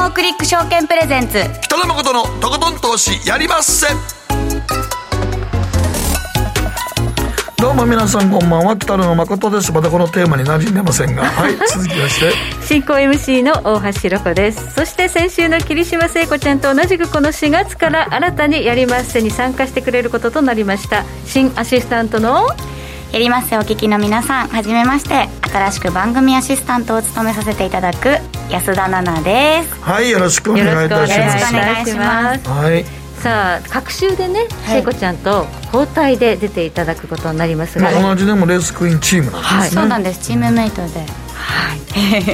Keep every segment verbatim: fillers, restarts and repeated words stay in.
ークリック証券プレゼンツ、 北野誠のとことん投資やりまっせ。どうも皆さんこんばんは、北野誠です。またこのテーマに馴染んでませんが、はい、続きまして進行 エムシー の大橋ロコです。そして先週の桐島聖子ちゃんと同じくこのしがつから新たにやりまっせに参加してくれることとなりました新アシスタントのやりまっせお聞きの皆さん、はじめまして。新しく番組アシスタントを務めさせていただく安田奈々です。 はい、よろしくお願いいたします。 よろしくお願いします。 はい、 さあ各週でね、聖子ちゃんと交代で出ていただくことになりますが、 まあ、同じでもレースクイーンチームなんですね、はい、 そうなんです、チームメイトで、はい、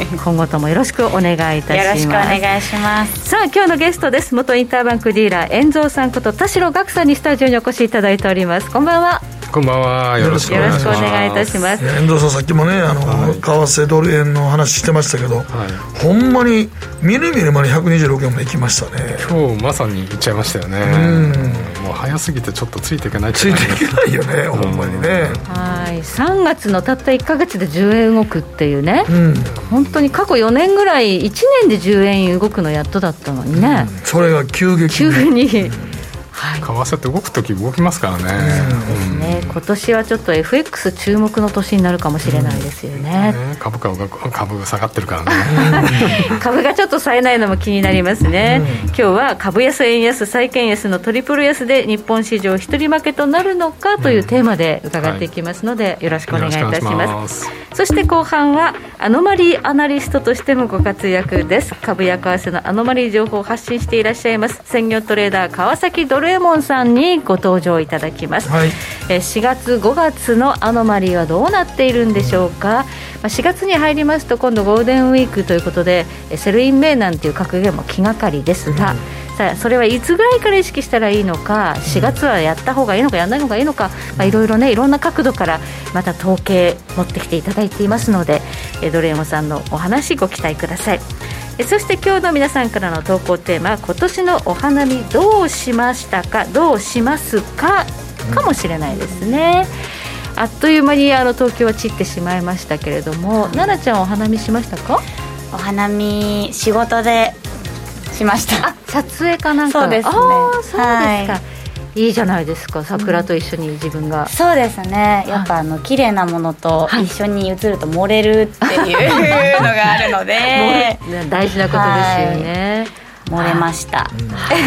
今後ともよろしくお願いいたします。 よろしくお願いします。 さあ今日のゲストです。元インターバンクディーラー遠蔵さんこと田代岳さんにスタジオにお越しいただいております。こんばんは。 こんばんは、よろしくお願いします。 よろしくお願いいたします。 遠藤さん、さっきもね、あの、はい、為替ドル円の話してましたけど、はい、ほんまにみるみる間にひゃくにじゅうろくえんもいきましたね。 今日まさにいっちゃいましたよね。うん、もう早すぎてちょっとついていけない。 ついていけないよね、ほんまにね。 はい、さんがつのたったいっかげつでじゅうえん動くっていうね、うん、本当に過去よねんぐらいいちねんでじゅうえん動くのやっとだったのにね、 うん、それが急激に急に、うん、 はい、為替って動くとき動きますからね、 うんね、今年はちょっと エフエックス 注目の年になるかもしれないですよね、 うんね、株価が株が下がってるからね株がちょっと冴えないのも気になりますね、うん、今日は株安円安債券安のトリプル安で日本市場一人負けとなるのかというテーマで伺っていきますので、うん、はい、よろしくお願いいたします。そして後半はアノマリーアナリストとしてもご活躍です。株や為替のアノマリー情報を発信していらっしゃいます専業トレーダー川崎ドルエモンさんにご登場いただきます、はい、えしがつごがつのアノマリーはどうなっているんでしょうか。まあ、しがつに入りますと今度ゴールデンウィークということでセルインメイなんていう格言も気がかりですが、うん、さあそれはいつぐらいから意識したらいいのか、しがつはやった方がいいのかやらない方がいいのか、まあ、いろいろね、いろんな角度からまた統計持ってきていただいていますので、えドルエモさんのお話ご期待ください。えそして今日の皆さんからの投稿テーマ、今年のお花見どうしましたか、どうしますかかもしれないですね、うん、あっという間にあの東京は散ってしまいましたけれども、奈々ちゃんお花見しましたか。 お花見仕事でしました。 あ、撮影かなんか。 そうですね。 あ、そうですか、はい、いいじゃないですか、桜と一緒に自分が、うん、 そうですね、やっぱあの綺麗なものと一緒に写ると漏れるっていうのがあるので大事なことですよね、 はい、漏れました。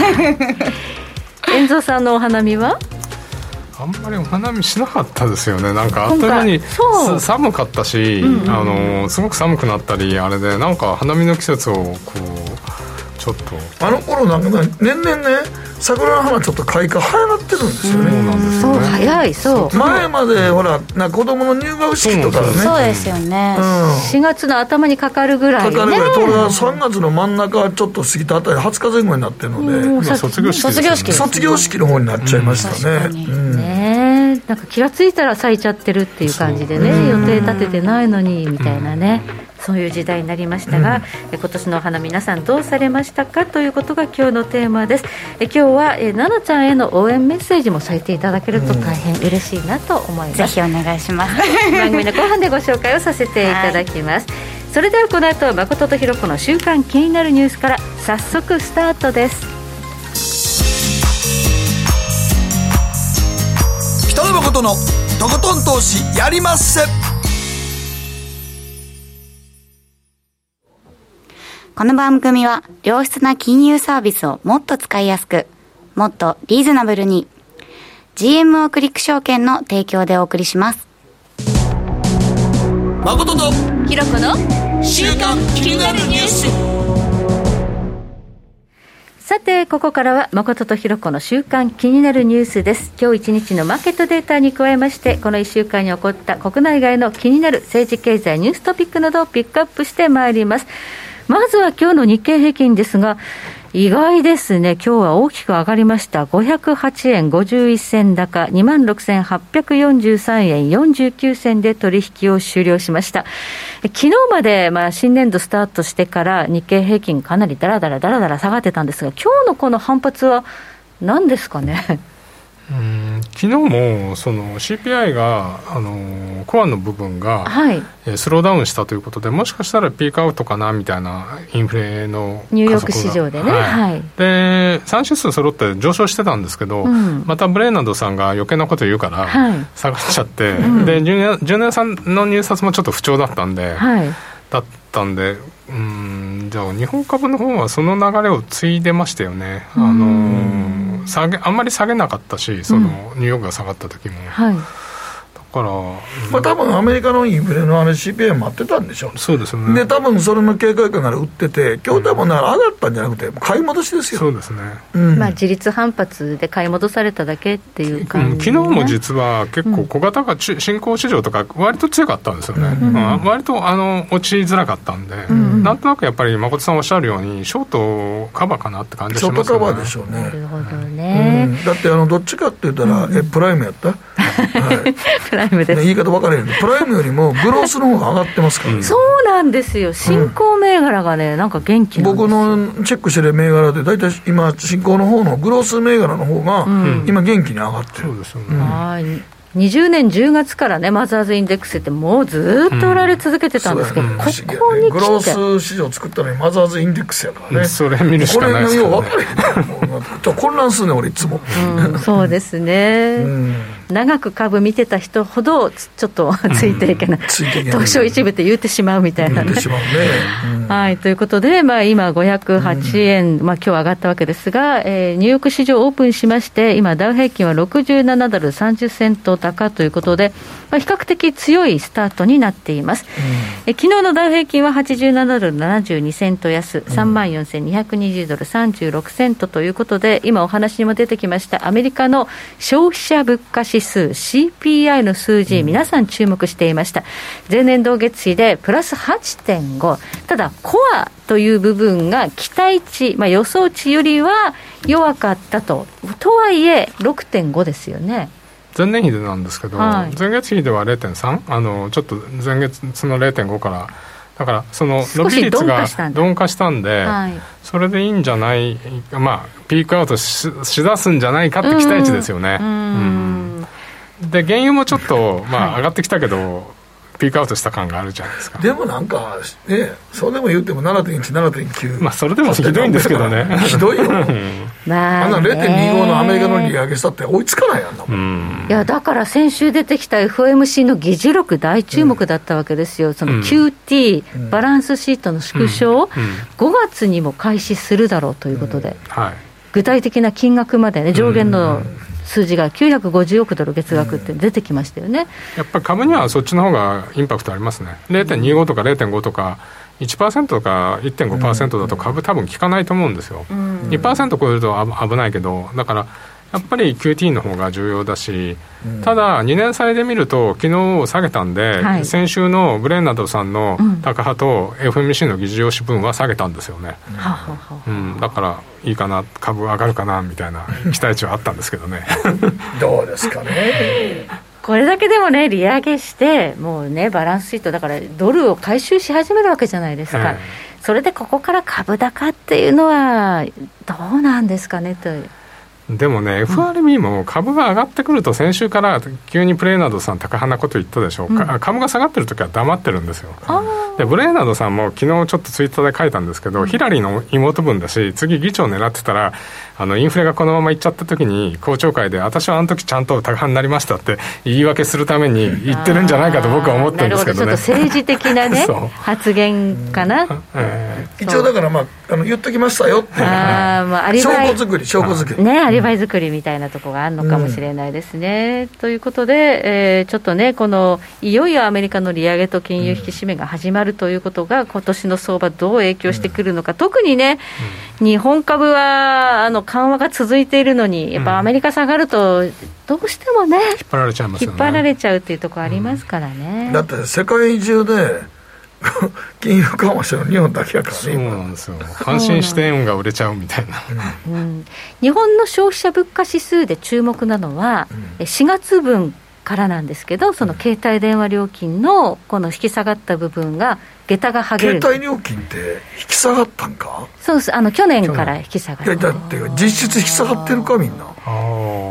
遠蔵さんのお花見はあんまりお花見しなかったですよね。なんかあっという間に寒かったし、うんうん、あのすごく寒くなったりあれで、なんか花見の季節をこうちょっとあの頃なんか年々ね、桜の花ちょっと開花早なってるんですよね。 そうなんですね。 そう早い。そう前までほらな子供の入学式とかね、 そうですよね、 うん、 しがつの頭にかかるぐらい、ね、 かかるぐらい、ところがさんがつの真ん中ちょっと過ぎたあたりはつかぜん後になってるので、 うん、卒業式です、ね、卒業式卒業式の方になっちゃいましたね、 うんうん、ね、なんか気がついたら咲いちゃってるっていう感じでね、予定立ててないのにみたいなね、うん、そういう時代になりましたが、うん、今年のお花皆さんどうされましたかということが今日のテーマです。え今日はえ奈々ちゃんへの応援メッセージも添えていただけると大変嬉しいなと思います、 ぜひお願いします番組の後半でご紹介をさせていただきます、はい、それではこの後誠とひろ子の週刊気になるニュースから早速スタートです。 北野誠のとことん投資やりまっせ。 この番組は良質な金融サービスをもっと使いやすく、もっとリーズナブルに ジーエムオー クリック証券の提供でお送りします。 誠とひろ子の週刊気になるニュース。 さてここからは誠とひろ子の週刊気になるニュースです。今日一日のマーケットデータに加えまして、このいっしゅうかんに起こった国内外の気になる政治経済ニューストピックなどをピックアップしてまいります。まずは今日の日経平均ですが、意外ですね。今日は大きく上がりました。ごひゃくはちえんごじゅういっせん高 にまんろくせんはっぴゃくよんじゅうさんえんよんじゅうきゅうせんで取引を終了しました。昨日までまあ新年度スタートしてから日経平均かなりダラダラダラダラ下がってたんですが、今日のこの反発は何ですかね。 うん昨日もその シーピーアイ があのコアの部分が、はいえー、スローダウンしたということで、もしかしたらピークアウトかなみたいなインフレのニューヨーク市場でね、はいはい、 でさん指数揃って上昇してたんですけど、うん、またブレーナドさんが余計なこと言うから下がっちゃって、はいうん、でじゅうねんさんの入札もちょっと不調だったんで、はい、だったんでうーんじゃあ日本株の方はその流れを継いでましたよね。あのー下げあんまり下げなかったし、その、うん、ニューヨークが下がった時も、はい、だから、 まあ、多分アメリカのインフレのあれ シーピーアイ 待ってたんでしょう。 そうですね。 で多分それの警戒感から売ってて、今日多分上がったんじゃなくて買い戻しですよ。 そうですね、 うんまあ、自立反発で買い戻されただけっていう感じ、ね、 昨日も実は結構小型が、うん、新興市場とか割と強かったんですよね、うんまあ、割とあの落ちづらかったんで、うん、なんとなくやっぱり誠さんおっしゃるようにショートカバーかなって感じしますよね。 ショートカバーでしょうね。 なるほどね、 うん、だってあのどっちかって言ったら、うん、えプライムやった、はい、 プライムです、 ね、言い方分からへんけどプライムよりもグロースの方が上がってますから、ね、 そうなんですよ。新興銘柄がね、なんか元気なんですよ。 僕のチェックしてる銘柄で大体今新興の方のグロース銘柄の方が今元気に上がってる、 うん、そうですよね、 うんはいにじゅうねんじゅうがつからねマザーズインデックスってもうずっと売られ続けてたんですけど、うん、ここに来て、ね、 グロース市場作ったのにマザーズインデックスやからね、 それ見るしかないですからね。これがよう分かれへんちょっと混乱するね俺いつも、 うん、そうですね、うん、長く株見てた人ほどちょっとついていけない、うん、東証一部って言ってしまうみたいなね、言ってしまうね、うん、はいということで、まあ、今ごひゃくはちえん、うんまあ、今日上がったわけですが、えー、ニューヨーク市場オープンしまして今ダウ平均はろくじゅうななドルさんじゅっセント高ということで、まあ、比較的強いスタートになっています、うん、え昨日のダウ平均ははちじゅうななドルななじゅうにセント安 さんまんよんせんにひゃくにじゅうドルさんじゅうろくセントということで、今お話にも出てきましたアメリカの消費者物価指数 シーピーアイ の数字、うん、皆さん注目していました。前年同月比でプラス はちてんご、 ただコアという部分が期待値、まあ、予想値よりは弱かったととはいえ ろくてんご ですよね。 前年比でなんですけど、はい、前月比では れいてんさん、 あのちょっと前月の れいてんご からだからその伸び率が鈍化したんで、はい、それでいいんじゃない、まあ、ピークアウト し, しだすんじゃないかって期待値ですよね。うんうんで原油もちょっと、まあ、上がってきたけど、はいピークアウトした感があるじゃないですか。 でもなんかねそうでも言っても ななてんいち、ななてんきゅうまあそれでもひどいんですけどねひどいよまあ、あんな れいてんにご のアメリカの利上げしたって追いつかないやんなもん。 うんいやだから先週出てきた エフオーエムシー の議事録大注目だったわけですよ、うん、その キューティー、うん、バランスシートの縮小、うんうん、ごがつにも開始するだろうということで、うんはい、具体的な金額までね上限の、うん数字がきゅうひゃくごじゅうおくドル月額って出てきましたよね、うん、 やっぱり株にはそっちの方がインパクトありますね。 れいてんにご とか れいてんご とか いちパーセント とか いってんごパーセント だと株多分効かないと思うんですよ、うん、にパーセント 超えると危ないけどだからやっぱり キューティー の方が重要だし、うん、ただにねん債で見ると昨日下げたんで、はい、先週のブレーナドさんの高派と エフエムシー の議事要旨分は下げたんですよね、うんうん、だからいいかな株上がるかなみたいな期待値はあったんですけどねどうですかねこれだけでもね利上げしてもうねバランスシートだからドルを回収し始めるわけじゃないですか、はい、それでここから株高っていうのはどうなんですかねと。 でもね エフアールビー も株が上がってくると先週から急にブレーナドさん高派なこと言ったでしょう、うん、株が下がってる時は黙ってるんですよ。でブレーナドさんも昨日ちょっとツイッターで書いたんですけど、うん、ヒラリーの妹分だし次議長狙ってたらあのインフレがこのままいっちゃった時に公聴会で私はあの時ちゃんと高派になりましたって言い訳するために言ってるんじゃないかと僕は思ってるんですけどね。 なるほどちょっと政治的なね発言かな、 えー、一応だから、まあ、あの言っときましたよっていう、 あ、まあ、アリバイ証拠作り証拠作りねアリバイ作りみたいなところがあるのかもしれないですね、うん、ということで、えー、ちょっとねこのいよいよアメリカの利上げと金融引き締めが始まるということが今年の相場どう影響してくるのか、うん、特にね、うん、日本株はあの緩和が続いているのにやっぱアメリカ下がるとどうしてもね、うん、引っ張られちゃいますよね。 引っ張られちゃうっていうところありますからね、 うん、だって世界中で金融緩和してるの日本だけやからね。 そうなんですよ。阪神支店が売れちゃうみたいな、 うんうん、日本の消費者物価指数で注目なのは、うん、しがつ分からなんですけどその携帯電話料金のこの引き下がった部分が下駄が剥げる。 携帯料金って引き下がったんか。 そうですあの去年から引き下がっていやだって実質引き下がってるかみんな。 あ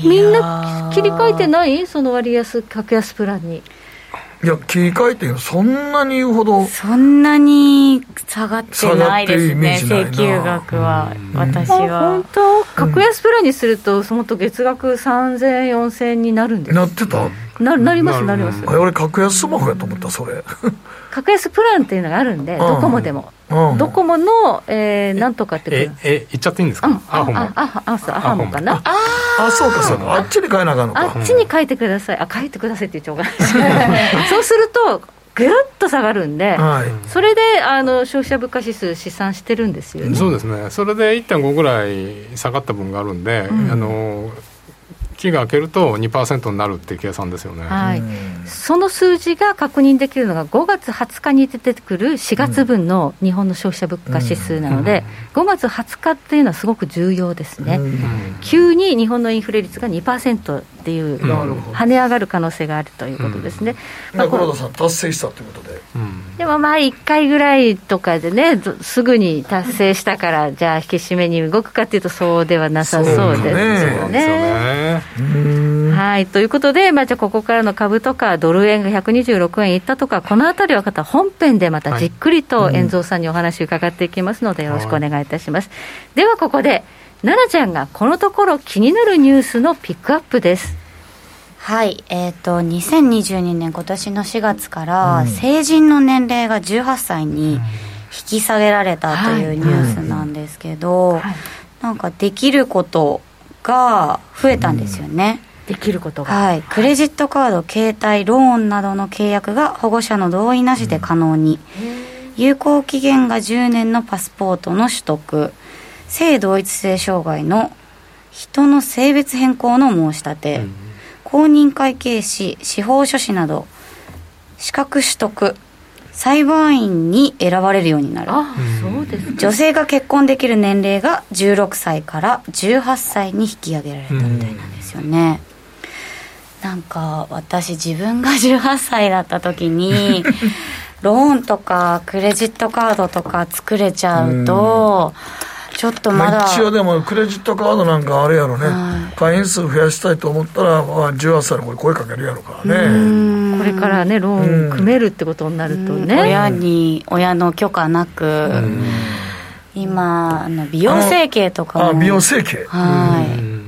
みんな切り替えてない？その割安格安プランに。 いや切り替えてそんなに言うほどそんなに下がってないですね、請求額は。私は本当格安プランにするとそのと月額さんぜんえんよんせんえんになるんです。 なってた？ な, なりますなります。 俺格安スマホやと思ったそれ格安プランっていうのがあるんで、ドコモでも、うん、ドコモの、えー、なんとかってえええ言っちゃっていいんですか？ うん、アホもあああそうアハモかな。 ああそうかそうか、あっちに変えなあかんのか。 あっちに変えてください。あ変えてくださいって言っちゃおうかなそうするとぐるっと下がるんで、はい、それであの消費者物価指数試算してるんですよね。 そうですね。それで いってんご ぐらい下がった分があるんで、うん、あの期が明けると にパーセント になるっていう計算ですよね、 はい、その数字が確認できるのがごがつはつかに出てくるしがつぶんの日本の消費者物価指数なので、うん、ごがつはつかっていうのはすごく重要ですね、うん、急に日本のインフレ率が にパーセント っていう、うん、跳ね上がる可能性があるということですね、 うんまあ、黒田さん達成したということで、 うん、でもまあいっかいぐらいとかでねすぐに達成したからじゃあ引き締めに動くかというとそうではなさそうですよね。はい、ということで、まあ、じゃあここからの株とかドル円がひゃくにじゅうろくえんいったとかこのあたりは方本編でまたじっくりと遠蔵さんにお話を伺っていきますのでよろしくお願いいたします、はい、ではここで奈々ちゃんがこのところ気になるニュースのピックアップです。 はい、えーと、にせんにじゅうにねん今年のしがつから成人の年齢がじゅうはっさいに引き下げられたというニュースなんですけど、はいはい、なんかできることが増えたんですよね、 うん、できることが、 はい、クレジットカード、携帯、ローンなどの契約が保護者の同意なしで可能に、うん、有効期限がじゅうねんのパスポートの取得、性同一性障害の人の性別変更の申し立て、うん、公認会計士、司法書士など資格取得、裁判員に選ばれるようになる。 あ、そうですね。 女性が結婚できる年齢がじゅうろくさいからじゅうはっさいに引き上げられたみたいなんですよね、うん、なんか私自分がじゅうはっさいだった時にローンとかクレジットカードとか作れちゃうと、うん、ちょっとまだ、まあ、 一応でもクレジットカードなんかあれやろね、はい、会員数増やしたいと思ったら、まあ、じゅうはっさいの子に声かけるやろからね。 これからねローン組めるってことになるとね、 親に親の許可なく、今あの美容整形とかも、 あ美容整形、 はい、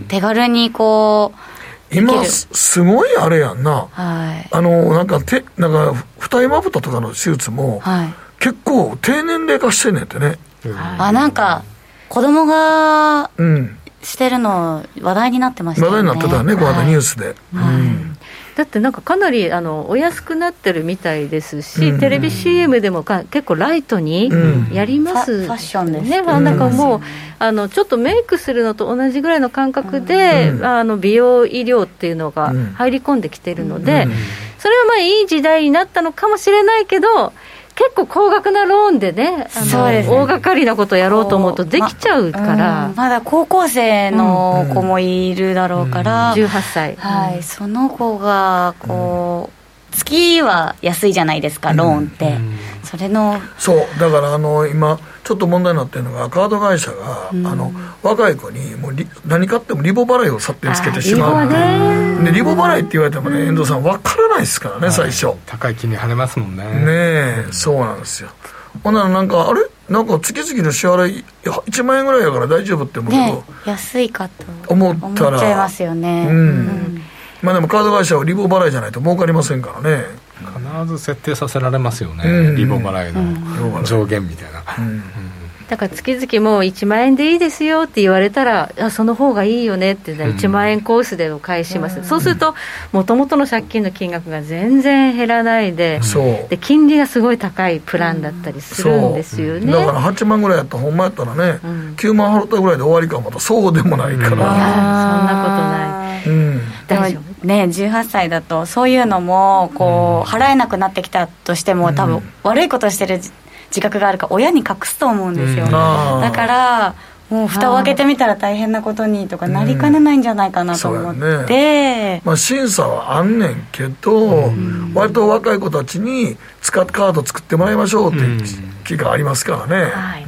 手軽にこう今すごいあれやんな、 はい、 あのなんか手なんか二重まぶたとかの手術も、はい、結構低年齢化してんねんってね、 はい、あなんか子供がしてるの話題になってましたよね。 話題になってたね、この間ニュースで、はいうん、 だってなんかかなりあのお安くなってるみたいですし、うん、テレビ シーエム でもか結構ライトにやります、 うん、ファッションですね、うん、なんかもうあのちょっとメイクするのと同じぐらいの感覚で、うん、あの美容医療っていうのが入り込んできてるので、うん、それはまあいい時代になったのかもしれないけど結構高額なローンでね、あのそうですね、大掛かりなことをやろうと思うとできちゃうから、 ま, うん、まだ高校生の子もいるだろうから、 うんうん、じゅうはっさい、 はい、うん、その子がこう月は安いじゃないですか、ローンって、うん、それのそうだからあの今ちょっと問題になってるのがカード会社が、うん、あの若い子にもう何買ってもリボ払いを勝手につけてしまう。リボね、でリボ払いって言われてもね、遠藤さん分からないですからね、最初、はい、 高い気に跳ねますもんね。ねえ、そうなんですよ。ほんならなんかあれなんか月々の支払いいちまんえんぐらいやから大丈夫って思うけど、ね、 安いかと思ったら思っちゃいますよね、 うんうん、まあでもカード会社はリボ払いじゃないと儲かりませんからね。 必ず設定させられますよね、うん、リボ払いの上限みたいな、うんうん、 だから月々もういちまんえんでいいですよって言われたら、あその方がいいよねって言ったらいちまんえんコースでお返しします、うん、そうするともともとの借金の金額が全然減らないで、うん、で金利がすごい高いプランだったりするんですよね、うん、 だからはちまんぐらいやったらほんまやったらね、うん、きゅうまん払ったぐらいで終わりかもと、そうでもないから、うん、いやそんなことない、うん、 大丈夫ね、じゅうはっさいだとそういうのもこう払えなくなってきたとしても、多分悪いことしてる自覚があるから親に隠すと思うんですよ、うん、だからもう蓋を開けてみたら大変なことにとかなりかねないんじゃないかなと思って、うんね、 まあ、審査はあんねんけど、うん、割と若い子たちに使っカード作ってもらいましょうっていう気がありますからね、うん、はい、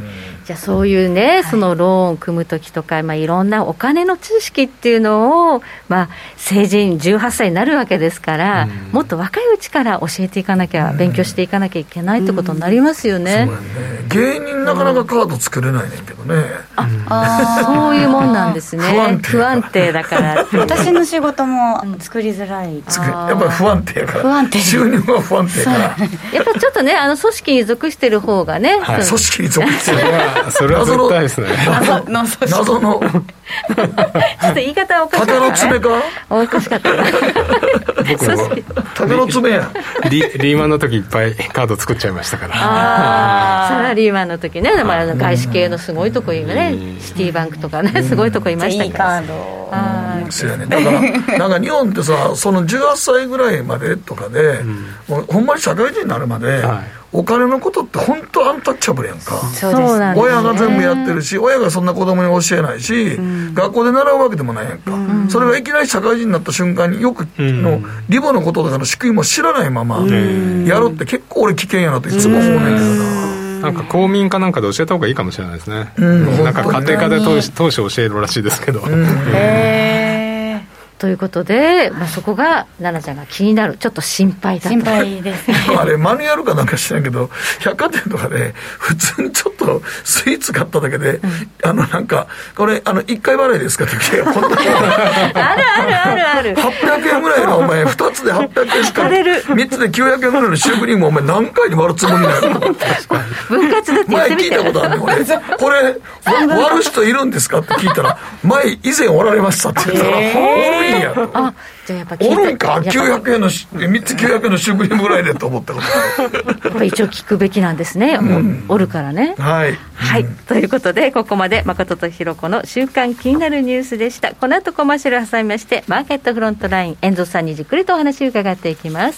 じゃあそういうね、はい、そのローンを組むときとか、まあ、いろんなお金の知識っていうのを、まあ、成人じゅうはっさいになるわけですから、うん、もっと若いうちから教えていかなきゃ、うん、勉強していかなきゃいけないってことになりますよね、 うん、そうやね。芸人なかなかカード作れないねんけどね、うん、 ああそういうもんなんですね。不安定、不安定だから私の仕事も作りづらい、 やっぱり不安定やから、 不安定、 収入は不安定やからやっぱりちょっとね、あの組織に属してる方がね、 はい、組織に属してるそれは絶対ですね。 謎の謎のちょっと言い方おかしかった、ね、 鷹の爪かおかしかった僕も鷹の爪やリ, リーマンの時いっぱいカード作っちゃいましたから。 あサラリーマンの時ね、まあ、外資系のすごいとこ今ね、シティバンクとかね、すごいとこいましたから、いいカードそうやね。だからなんか日本ってさ、そのじゅうはっさいぐらいまでとかで、うん、もうほんまに社会人になるまで、はい、お金のことって本当アンタッチャブルやんか。 そうですね、 親が全部やってるし、親がそんな子供に教えないし、うん、学校で習うわけでもないやんか、うん、それがいきなり社会人になった瞬間によくのリボのこととかの仕組みも知らないままやるって結構俺危険やなといつも思うねんけどな。 なんか公民かなんかで教えた方がいいかもしれないですね、うん、なんか家庭科で投資、投資教えるらしいですけど、うん、 へーということで、まあ、そこが奈々ちゃんが気になる、ちょっと心配だと。 心配ですねあれマニュアルかなんか知らんけど、百貨店とかで普通にちょっとスイーツ買っただけで、うん、あのなんかこれあのいっかい払いですかって聞けよ本当にあるあるあるあるはっぴゃくえんぐらいのお前ふたつではっぴゃくえんしかみっつできゅうひゃくえんぐらいのシュークリームお前何回に割るつもりなの分割でって言ってみて。 前聞いたことあるね俺これ割る人いるんですかって聞いたら前以前割られましたって言ったら、えー、おるんやと。 あじゃあやっぱおるんかきゅうひゃくえんのみっつきゅうひゃくえんのシュークリームぐらいでと思ったことやっぱ一応聞くべきなんですね、うん、おるからね。 はい、 はい、うん、ということでここまで誠とひろ子の週間気になるニュースでした。この後コマーシャル挟みましてマーケットフロントライン遠藤さんにじっくりとお話を伺っていきます。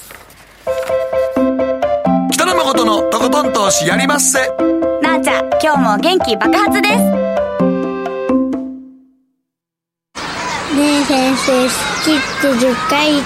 北野誠のとことん投資やりまっせ。 なあちゃん今日も元気爆発です。 ねえ先生、好きってじゅっかい言って。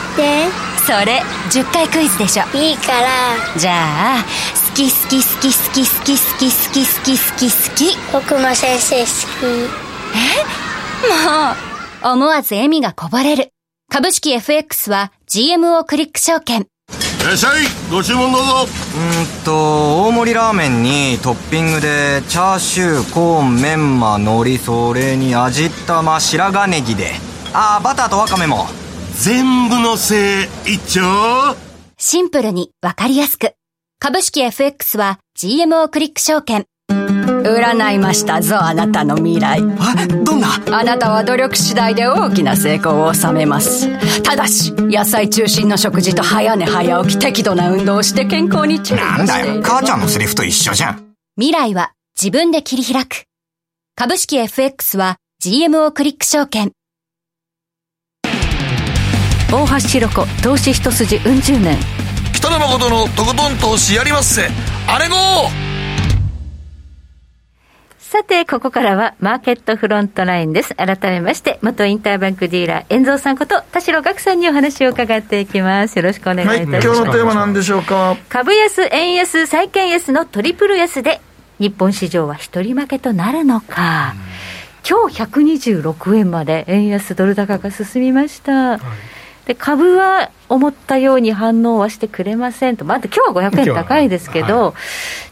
それじゅっかいクイズでしょ。 いいから。 じゃあ好き好き好き好き好き好き好き好き好き好き。 僕も先生好き。 えもう思わず笑みがこぼれる。株式 エフエックス は ジーエムオー クリック証券。 いらっしゃい、ご注文どうぞ。 うーんと大盛りラーメンにトッピングでチャーシュー、コーン、メンマ、海苔、それに味玉、白髪ネギで、あーバターとワカメも全部のせい一丁。 シンプルにわかりやすく。株式 エフエックス は ジーエムオー クリック証券。 占いましたぞ、あなたの未来。 え、どんな？ あなたは努力次第で大きな成功を収めます。ただし野菜中心の食事と早寝早起き、適度な運動をして健康に注意している。 なんだよ、母ちゃんのセリフと一緒じゃん。 未来は自分で切り開く。株式 エフエックス は ジーエムオー クリック証券。 大橋ひろ子投資一筋うん十年。 北野誠のとことん投資やりまっせ。あれごー。 さてここからはマーケットフロントラインです。改めまして元インターバンクディーラー遠藤さんこと田代岳さんにお話を伺っていきます。よろしくお願いいたします。 はい、今日のテーマ何でしょうか。 株安円安債券安のトリプル安で日本市場は一人負けとなるのか、うん、今日ひゃくにじゅうろくえんまで円安ドル高が進みました、はい。で株は思ったように反応はしてくれませんと、まあ、今日はごひゃくえん高いですけど、はい、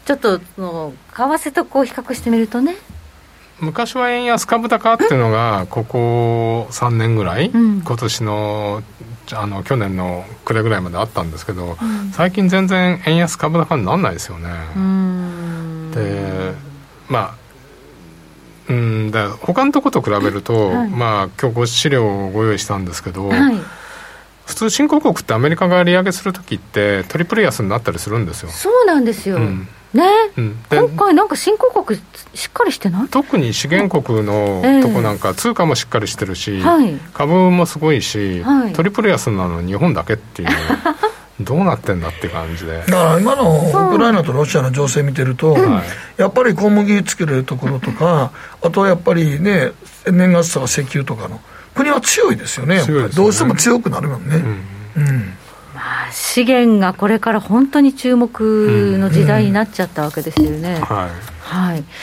ちょっとその為替とこう比較してみるとね、 昔は円安株高っていうのがここさんねんぐらい、うん、今年の、あの去年の暮れぐらいまであったんですけど、うん、最近全然円安株高にならないですよね。うーんでまあうんだ他のとこと比べると、はい、まあ今日ご資料をご用意したんですけど、はい、普通新興国ってアメリカが利上げするときってトリプル安になったりするんですよ。 そうなんですよ、うんね、うん、今回なんか新興国しっかりしてない？特に資源国のとこなんか、えー、通貨もしっかりしてるし、はい、株もすごいし、はい、トリプル安なの日本だけっていうどうなってんだって感じで、 だから今のウクライナとロシアの情勢見てると、うん、やっぱり小麦作れるところとかあとはやっぱりね天然ガスとか石油とかの国は強いですよね。やっぱりどうしても強くなるもんね、うんうん、 まあ、資源がこれから本当に注目の時代になっちゃったわけですよね、うんうん、はい、はい。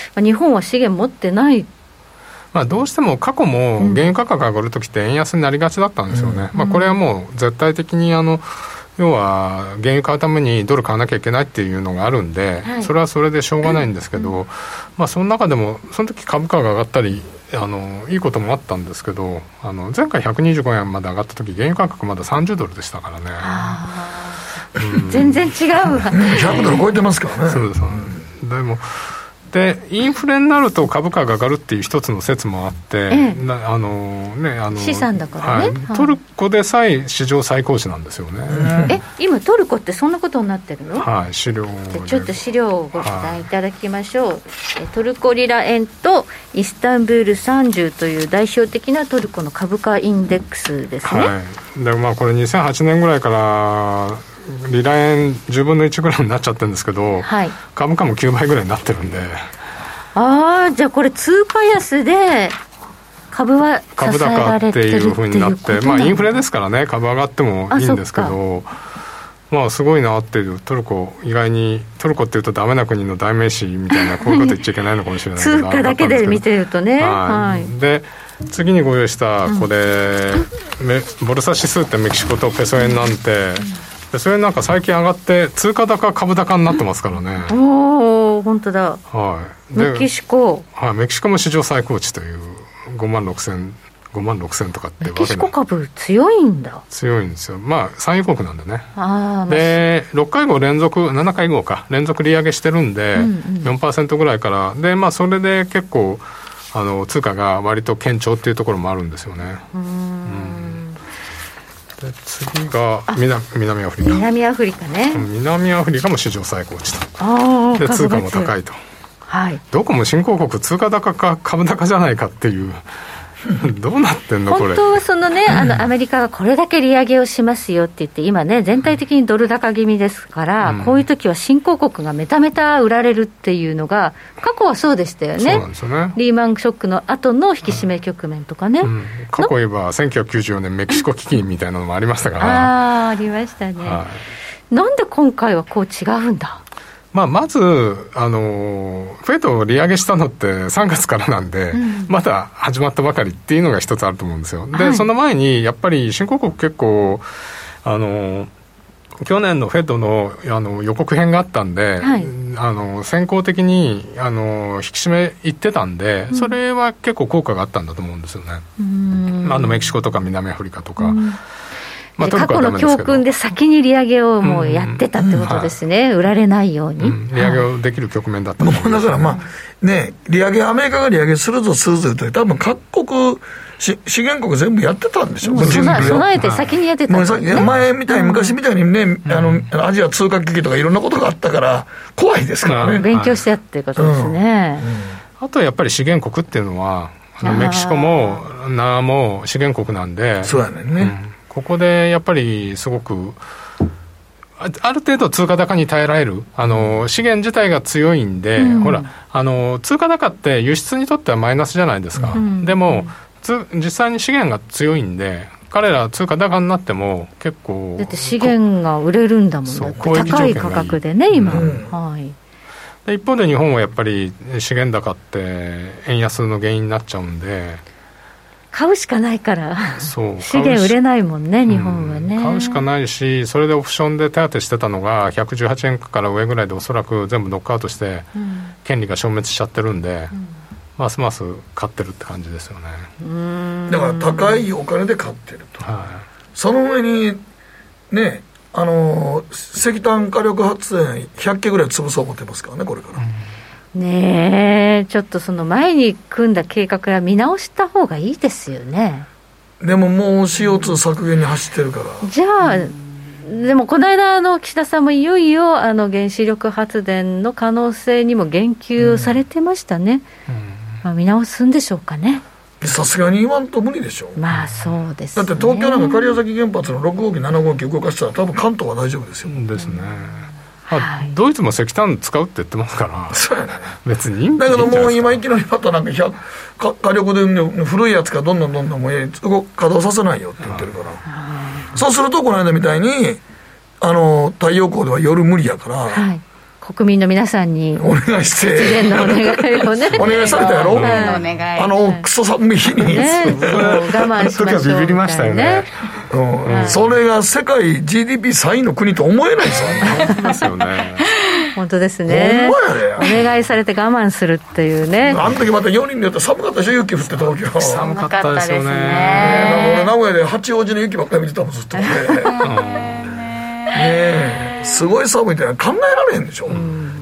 まあ、日本は資源持ってない、 まあ、どうしても過去も原油価格が上がるときって円安になりがちだったんですよね、うん、まあ、これはもう絶対的にあの要は原油買うためにドル買わなきゃいけないっていうのがあるんで、はい、それはそれでしょうがないんですけど、うん、まあ、その中でもその時株価が上がったりあのいいこともあったんですけど、あの前回ひゃくにじゅうごえんまで上がった時原油価格まださんじゅうドルでしたからね、 うん、全然違うわひゃくドル超えてますからね。 そうです、うん、でもでインフレになると株価が上がるっていう一つの説もあって、ええ、なあのね、あの資産だからね、 はい、トルコでさえ史上最高値なんですよね、 うん、え今トルコってそんなことになってるの？ はい、資料でちょっと資料をご覧いただきましょう、はい、トルコリラ円とイスタンブールさんじゅうという代表的なトルコの株価インデックスですね、 はい、でまあ、これにせんはちねんぐらいからリラ円じゅうぶんのいちぐらいになっちゃってるんですけど、はい、株価もきゅうばいぐらいになってるんで、 ああ、じゃあこれ通貨安で株は支えられてるっていう風になって、 まあ、インフレですからね、株上がってもいいんですけど、まあ、すごいなっていう、トルコ意外にトルコっていうとダメな国の代名詞みたいな、こういうこと言っちゃいけないのかもしれないけど通貨だけで見てるとね、 はい、で次にご用意したこれ、うん、ボルサ指数ってメキシコとペソ円なんて、でそれなんか最近上がって通貨高株高になってますからね。 おお、本当だ、 はい、 メキシコ、 はい、メキシコも史上最高値というごまんろくせんごまんろくせんとかってわけメキシコ株強いんだ。 強いんですよ。まあ産油国なんでね。 あでろっかいご連続ななかいごか連続利上げしてるんで、うんうん、よんパーセント ぐらいからで、まあ、それで結構あの通貨が割と堅調っていうところもあるんですよね。うーん、うんで次が 南, 南アフリカ南アフリカね。 南アフリカも史上最高値と。で通貨も高いと、 はい、 どこも新興国通貨高か株高じゃないかっていうどうなってんのこれ。 本当はそのね、あのアメリカがこれだけ利上げをしますよって言って今ね全体的にドル高気味ですから、うん、こういう時は新興国がめためた売られるっていうのが過去はそうでしたよね。 そうなんですよね。 リーマンショックの後の引き締め局面とかね、うんうん、 過去言えばせんきゅうひゃくきゅうじゅうよねんメキシコ危機みたいなのもありましたからああありましたね、はい、なんで今回はこう違うんだ。 まあ、まず、あのフェドを利上げしたのってさんがつからなんで、うん、まだ始まったばかりっていうのが一つあると思うんですよ。で、はい、その前にやっぱり新興国結構あの去年のフェドの、あの予告編があったんで、はい、あの先行的にあの引き締めいってたんで、うん、それは結構効果があったんだと思うんですよね。うん、あのメキシコとか南アフリカとか、うん、まあ、 過去の教訓で先に利上げをもうやってたってことですね、うんうんはい、売られないように、うん、 利上げをできる局面だったと思います、 ね、だからまあね、利上げアメリカが利上げするぞするぞと多分各国資源国全部やってたんでしょ。 備, 備えて先にやってたんですね。 前みたいに昔みたいにね、うん、あのアジア通貨危機とかいろんなことがあったから怖いですからね、うん、 勉強してやっていうことですね、 うんうん、あとやっぱり資源国っていうのはメキシコもナーも資源国なんでそうやねんね、うんここでやっぱりすごくある程度通貨高に耐えられるあの資源自体が強いんで、うん、ほらあの通貨高って輸出にとってはマイナスじゃないですか、うん、でもつ実際に資源が強いんで彼ら通貨高になっても結構だって資源が売れるんだもんね。高い価格でね今、うんはい、 で一方で日本はやっぱり資源高って円安の原因になっちゃうんで買うしかないからそう資源売れないもんね日本はね、 うん、買うしかないしそれでオプションで手当てしてたのがひゃくじゅうはちえんから上ぐらいでおそらく全部ノックアウトして権利が消滅しちゃってるんで、うん、ますます買ってるって感じですよね。 うーんだから高いお金で買ってると、はい、その上にねあの石炭火力発電ひゃっけんぐらい潰そう思ってますからねこれから、うんねえちょっとその前に組んだ計画は見直した方がいいですよね。 でももう シーオーツー 削減に走ってるから、 うん、じゃあでもこの間の岸田さんもいよいよあの原子力発電の可能性にも言及されてましたね、うんうんまあ、見直すんでしょうかね。 さすがに言わんと無理でしょ。 まあそうですね。 だって東京なんか狩屋崎原発のろくごうきななごうき動かしたら多分関東は大丈夫ですよ。 ですね、はい、ドイツも石炭使うって言ってますからそうやね別にいいんだけどもう今いきなりまたなんか火力で、ね、古いやつからどんどんどんどんもう稼働させないよって言ってるから、そうするとこの間みたいにあの太陽光では夜無理やから、はい、 国民の皆さんにお願いして実現のお願いをねお願いされたやろ、 お願い、 あのクソ寒い日に、 ね、我慢しましょう時はビビりましたよね、 うんうん、それが世界 ジーディーピーさんいの国と思えないですよね本当ですよね本当ですね。 ほんまやね、 お願いされて我慢するっていうね。 あの時またよにんでやったら寒かったでしょ、雪降って東京寒かったですよね。 ね、俺名古屋で八王子の雪ばっかり見てたもんずっとねね、すごい寒いって考えられへんでしょ、うん、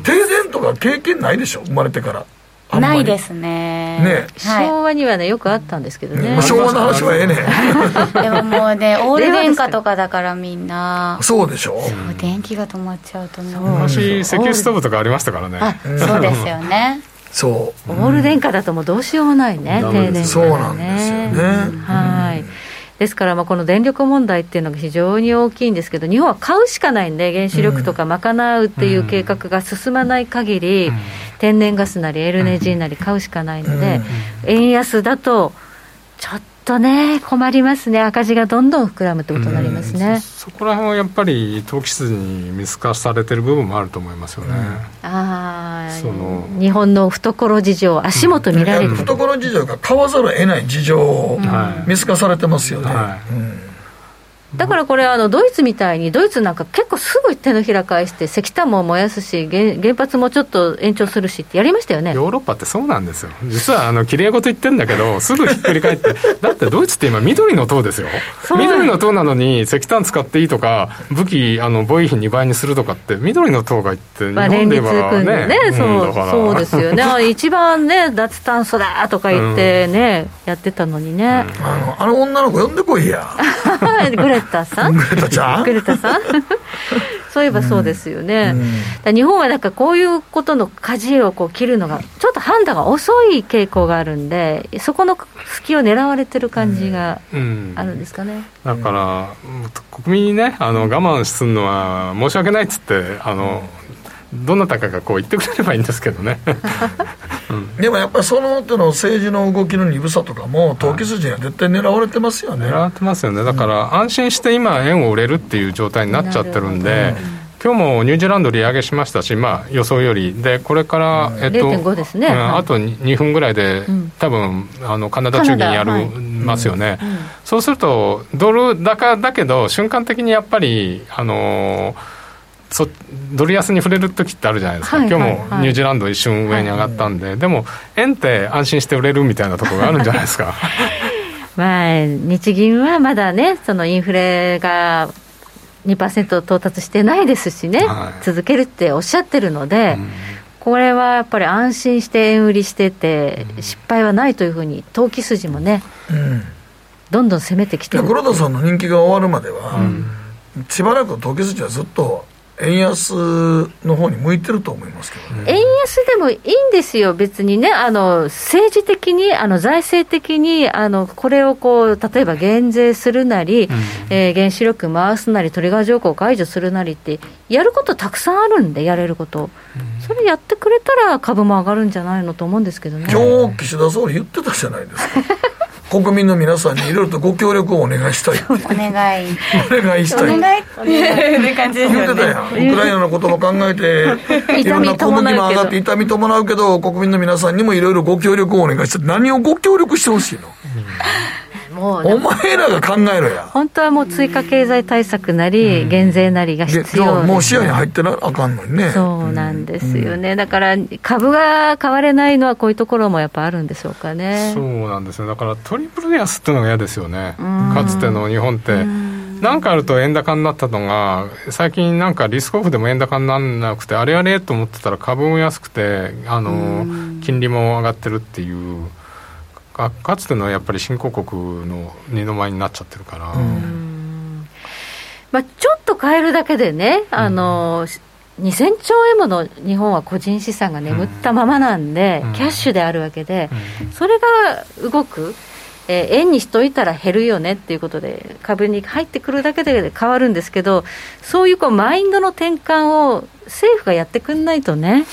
停電とか経験ないでしょ、生まれてからないですね。 ね、 はい、昭和にはねよくあったんですけどね。 まあ、昭和の話はええねでももうねオール電化とかだからみんなそうでしょ、 もう電気が止まっちゃうとね、 昔石油ストーブとかありましたからね。 あ、そうですよねそう、 オール電化だともうどうしようもないね、停電、ね、 そうなんですよね、 はい、ですからまあこの電力問題っていうのが非常に大きいんですけど、日本は買うしかないんで、原子力とか賄うっていう計画が進まない限り、うん、天然ガスなり エルエヌジー なり買うしかないので、うん、円安だとちょっとね困りますね、赤字がどんどん膨らむってことになりますね、うん、 そ, そこら辺はやっぱり投機筋に見透かされてる部分もあると思いますよね、うん、 あその日本の懐事情、足元見られる、うん、 懐事情が買わざるを得ない事情を見透かされてますよね、はいはい、うん、 だからこれあのドイツみたいに、ドイツなんか結構すぐ手のひら返して石炭も燃やすし 原, 原発もちょっと延長するしってやりましたよね。 ヨーロッパってそうなんですよ、実はあのきれい事言ってるんだけどすぐひっくり返ってだってドイツって今緑の党ですよ緑の党なのに石炭使っていいとか武器あの防衛費にばいにするとかって緑の党が言って日本ではね、 ね、うん、そう、そうですよね一番ね脱炭素だとか言ってね、うん、やってたのにね、うん、 あの、あの女の子呼んでこいやグレタさんグレタちゃんグレタさんそういえばそうですよね、うんうん、だ日本はなんかこういうことの舵をこう切るのがちょっと判断が遅い傾向があるんで、そこの隙を狙われてる感じがあるんですかね、 うんうん、だから国民にねあの我慢するのは申し訳ないっつってあのどなたかがこう言ってくれればいいんですけどね、 うん、でもやっぱりその手の政治の動きの鈍さとかも投機筋には絶対狙われてますよね、 狙われてますよね。だから安心して今円を売れるっていう状態になっちゃってるんで、今日もニュージーランド利上げしましたし、まあ、予想よりでこれから、えっと、 れいてんご ですね、 うん、あとにふんぐらいで、うん、多分あのカナダ中銀やる、はい、ますよね、うんうん、そうするとドル高だけど瞬間的にやっぱりあのーそドル安に触れるときってあるじゃないですか、はいはいはい、今日もニュージーランド一瞬上に上がったんで、はい、でも円って安心して売れるみたいなところがあるんじゃないですかまあ日銀はまだねそのインフレが にパーセント 到達してないですしね、はい、続けるっておっしゃってるので、うん、これはやっぱり安心して円売りしてて、うん、失敗はないというふうに投機筋もね、うん、どんどん攻めてきてる。 黒田さんの人気が終わるまでは、うん、しばらく投機筋はずっと円安の方に向いてると思いますけどね。 円安でもいいんですよ別にね、あの政治的にあの財政的にあのこれをこう例えば減税するなり、うんえー、原子力回すなりトリガー条項を解除するなりってやることたくさんあるんで、やれること、うん、それやってくれたら株も上がるんじゃないのと思うんですけどね。 今日岸田総理言ってたじゃないですか国民の皆さんにいろいろとご協力をお願いしたいってお願いお願いしたいお願いお願いって感じですよね。 言ってたやん、ウクライナのことも考えていろんな小麦も上がって痛み伴うけど国民の皆さんにもいろいろご協力をお願いして、何をご協力してほしいの、もうお前らが考えろや。 本当はもう追加経済対策なり、うん、減税なりが必要です、ね、 もう視野に入ってなあかんのにね。 そうなんですよね、うん、だから株が買われないのはこういうところもやっぱあるんでしょうかね。 そうなんですね。だからトリプル安っていうのが嫌ですよね。かつての日本って何かあると円高になったのが最近なんかリスクオフでも円高にならなくて、あれあれと思ってたら株も安くてあの金利も上がってるっていう、か, かつてのやっぱり新興国の二の舞になっちゃってるから、うんまあ、ちょっと変えるだけでね、あの、うん、にせんちょうえんもの日本は個人資産が眠ったままなんで、うん、キャッシュであるわけで、うん、それが動く、えー、円にしといたら減るよねっていうことで株に入ってくるだけで変わるんですけど、そういうこうマインドの転換を政府がやってくんないとね。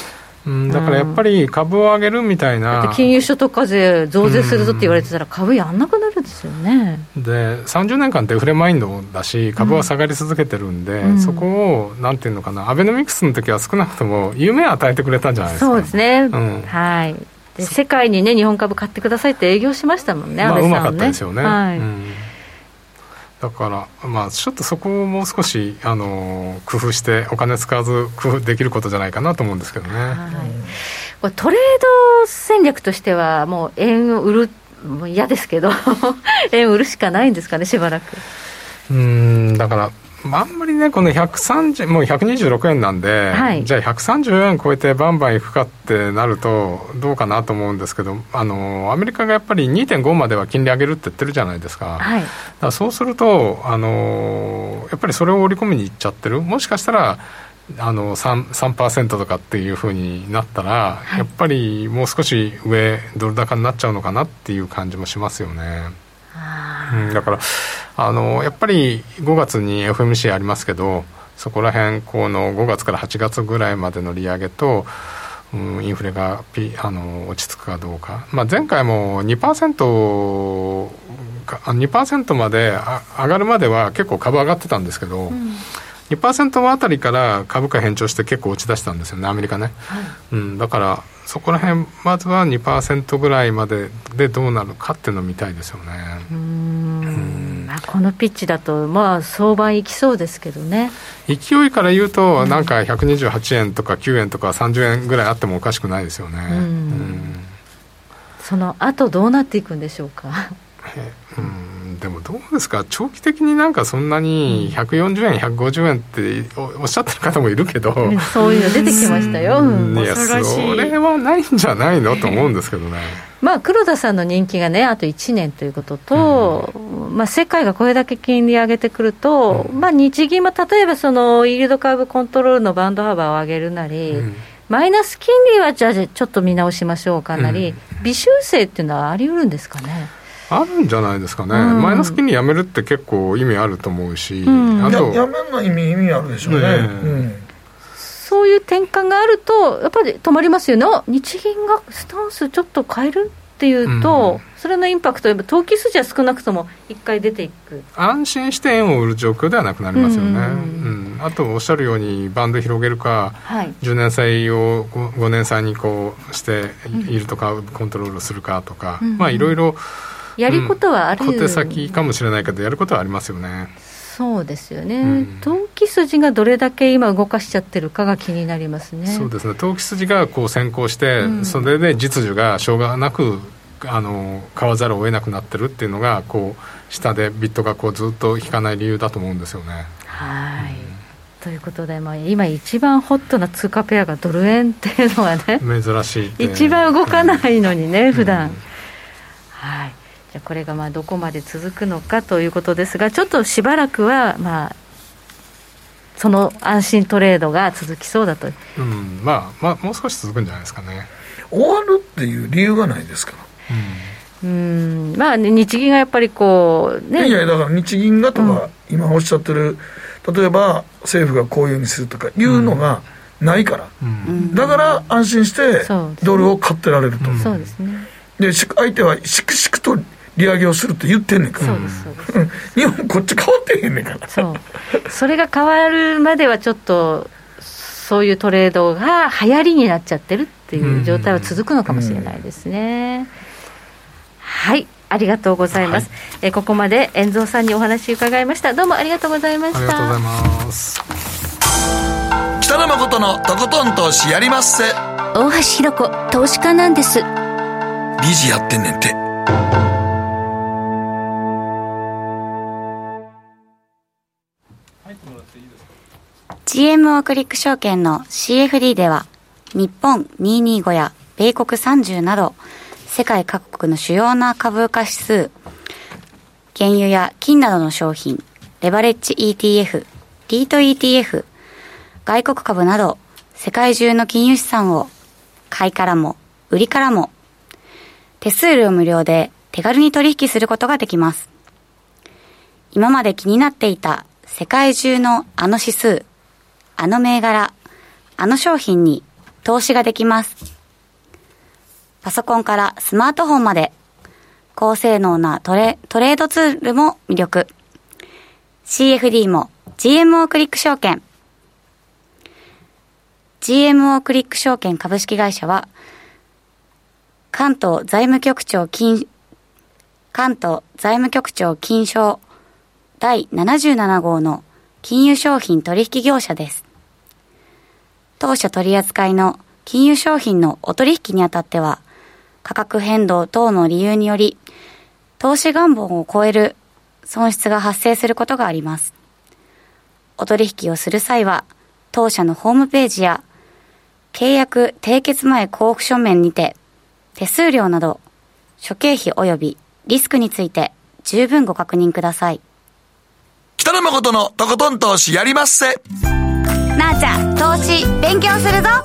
うん、だからやっぱり株を上げるみたいな、 だって金融所得課税増税するぞって言われてたら株やんなくなるんですよね。 でさんじゅうねんかんデフレマインドだし株は下がり続けてるんで、うん、そこをなんていうのかな、アベノミクスの時は少なくとも夢を与えてくれたんじゃないですか。 そうですね、 うん、 はい。で世界にね日本株買ってくださいって営業しましたもんね、 まあ、 安倍さんね。 うまかったですよね、 はい、 うん、だからまあちょっとそこをもう少しあの工夫してお金使わず工夫できることじゃないかなと思うんですけどね、はい、 これトレード戦略としてはもう円を売る、もう嫌ですけど円を売るしかないんですかね、しばらく。 うーんだからあんまりねこのひゃくさんじゅうもうひゃくにじゅうろくえんなんで、はい、じゃあひゃくさんじゅうえん超えてバンバンいくかってなるとどうかなと思うんですけど、あのアメリカがやっぱり にてんご までは金利上げるって言ってるじゃないですか、はい、だからそうするとあのやっぱりそれを織り込みにいっちゃってる、もしかしたらあの 3, さんパーセントとかっていう風になったら、はい、やっぱりもう少し上ドル高になっちゃうのかなっていう感じもしますよね。うん、だからあのやっぱりごがつに エフエムシー ありますけど、そこら辺このごがつからはちがつぐらいまでの利上げと、うん、インフレがピあの落ち着くかどうか、まあ、前回も にパーセント, にパーセントまで上がるまでは結構株上がってたんですけど、うん、にパーセント あたりから株価変調して結構落ち出したんですよね、アメリカね、はい、うん、だからそこら辺まずは にパーセント ぐらいまででどうなるかっていうのを見たいですよね。うーん、 うんまあ、このピッチだとまあ相場いきそうですけどね。 勢いから言うと、うん、なんかひゃくにじゅうはちえんとかきゅうえんとかさんじゅうえんぐらいあってもおかしくないですよね。うん、うん、 その後どうなっていくんでしょうか。 うんでもどうですか、長期的になんかそんなにひゃくよんじゅうえん、ひゃくごじゅうえんっておっしゃってる方もいるけど、 そういうの出てきましたよ、うん、 いやそれはないんじゃないのと思うんですけどね。 まあ、黒田さんの人気がねあといちねんということと、うんまあ、世界がこれだけ金利上げてくると、うんまあ、日銀も例えばそのイールドカーブコントロールのバンド幅を上げるなり、うん、マイナス金利はじゃあちょっと見直しましょうかなり、うん、微修正っていうのはあり得るんですかね。 あるんじゃないですかね、うん、マイナス金利やめるって結構意味あると思うし、うん、あと や, やめるの意味意味あるでしょうね、ね、うん、 そういう転換があるとやっぱり止まりますよね。日銀がスタンスちょっと変えるっていうと、うん、それのインパクトやっぱ投機筋は少なくともいっかい出ていく、 安心して円を売る状況ではなくなりますよね、うんうんうん、あとおっしゃるようにバンド広げるか、はい、じゅうねん債をごねん債にこうしてイールドカーブコントロールするかとか、うん、まあいろいろやることはある、 うん、小手先かもしれないけどやることはありますよね。 そうですよね、うん、投機筋がどれだけ今動かしちゃってるかが気になりますね。 そうですね、投機筋がこう先行して、うん、それで実需がしょうがなくあの買わざるを得なくなってるっていうのがこう下でビットがこうずっと引かない理由だと思うんですよね。 はい、うん、ということで、まあ、今一番ホットな通貨ペアがドル円っていうのはね珍しいって、 一番動かないのにね、うん、普段、うん、はい、じゃあこれがまあどこまで続くのかということですが、ちょっとしばらくはまあその安心トレードが続きそうだと、 うんまあ、まあもう少し続くんじゃないですかね。 終わるっていう理由がないですから、 うん、うんまあ、ね、日銀がやっぱりこう、ね、 いやだから日銀がとか、うん、今おっしゃってる例えば政府がこういうふうにするとかいうのがないから、うん、だから安心してドルを買ってられると、 そうですね、 で相手はしくしくと利上げをすると言ってんねんから、そうですそうです日本こっち変わってへんねんから、 そうそれが変わるまではちょっとそういうトレードが流行りになっちゃってるっていう状態は続くのかもしれないですね、うん、はい、ありがとうございます、はい、えここまで遠蔵さんにお話伺いました。どうもありがとうございました。 ありがとうございます。 北野誠のとことん投資やりまっせ。 大橋ひろ子投資家なんです。 理事やってんねんて。 ジーエムオー クリック証券の シーエフディー では日本にひゃくにじゅうごや米国さんじゅうなど世界各国の主要な株価指数、原油や金などの商品、レバレッジ イーティーエフ、リート イーティーエフ、外国株など世界中の金融資産を買いからも売りからも手数料無料で手軽に取引することができます。今まで気になっていた世界中のあの指数、あの銘柄、あの商品に投資ができます。パソコンからスマートフォンまで高性能なトレ、トレードツールも魅力。シーエフディー も ジーエムオー クリック証券。ジーエムオー クリック証券株式会社は関東財務局長金関東財務局長金賞だいななじゅうなな号の金融商品取引業者です。当社取扱いの金融商品のお取引にあたっては価格変動等の理由により投資願望を超える損失が発生することがあります。お取引をする際は当社のホームページや契約締結前交付書面にて手数料など諸経費及びリスクについて十分ご確認ください。 北野誠のとことん投資やりまっせ。 なあちゃん、投資勉強するぞ。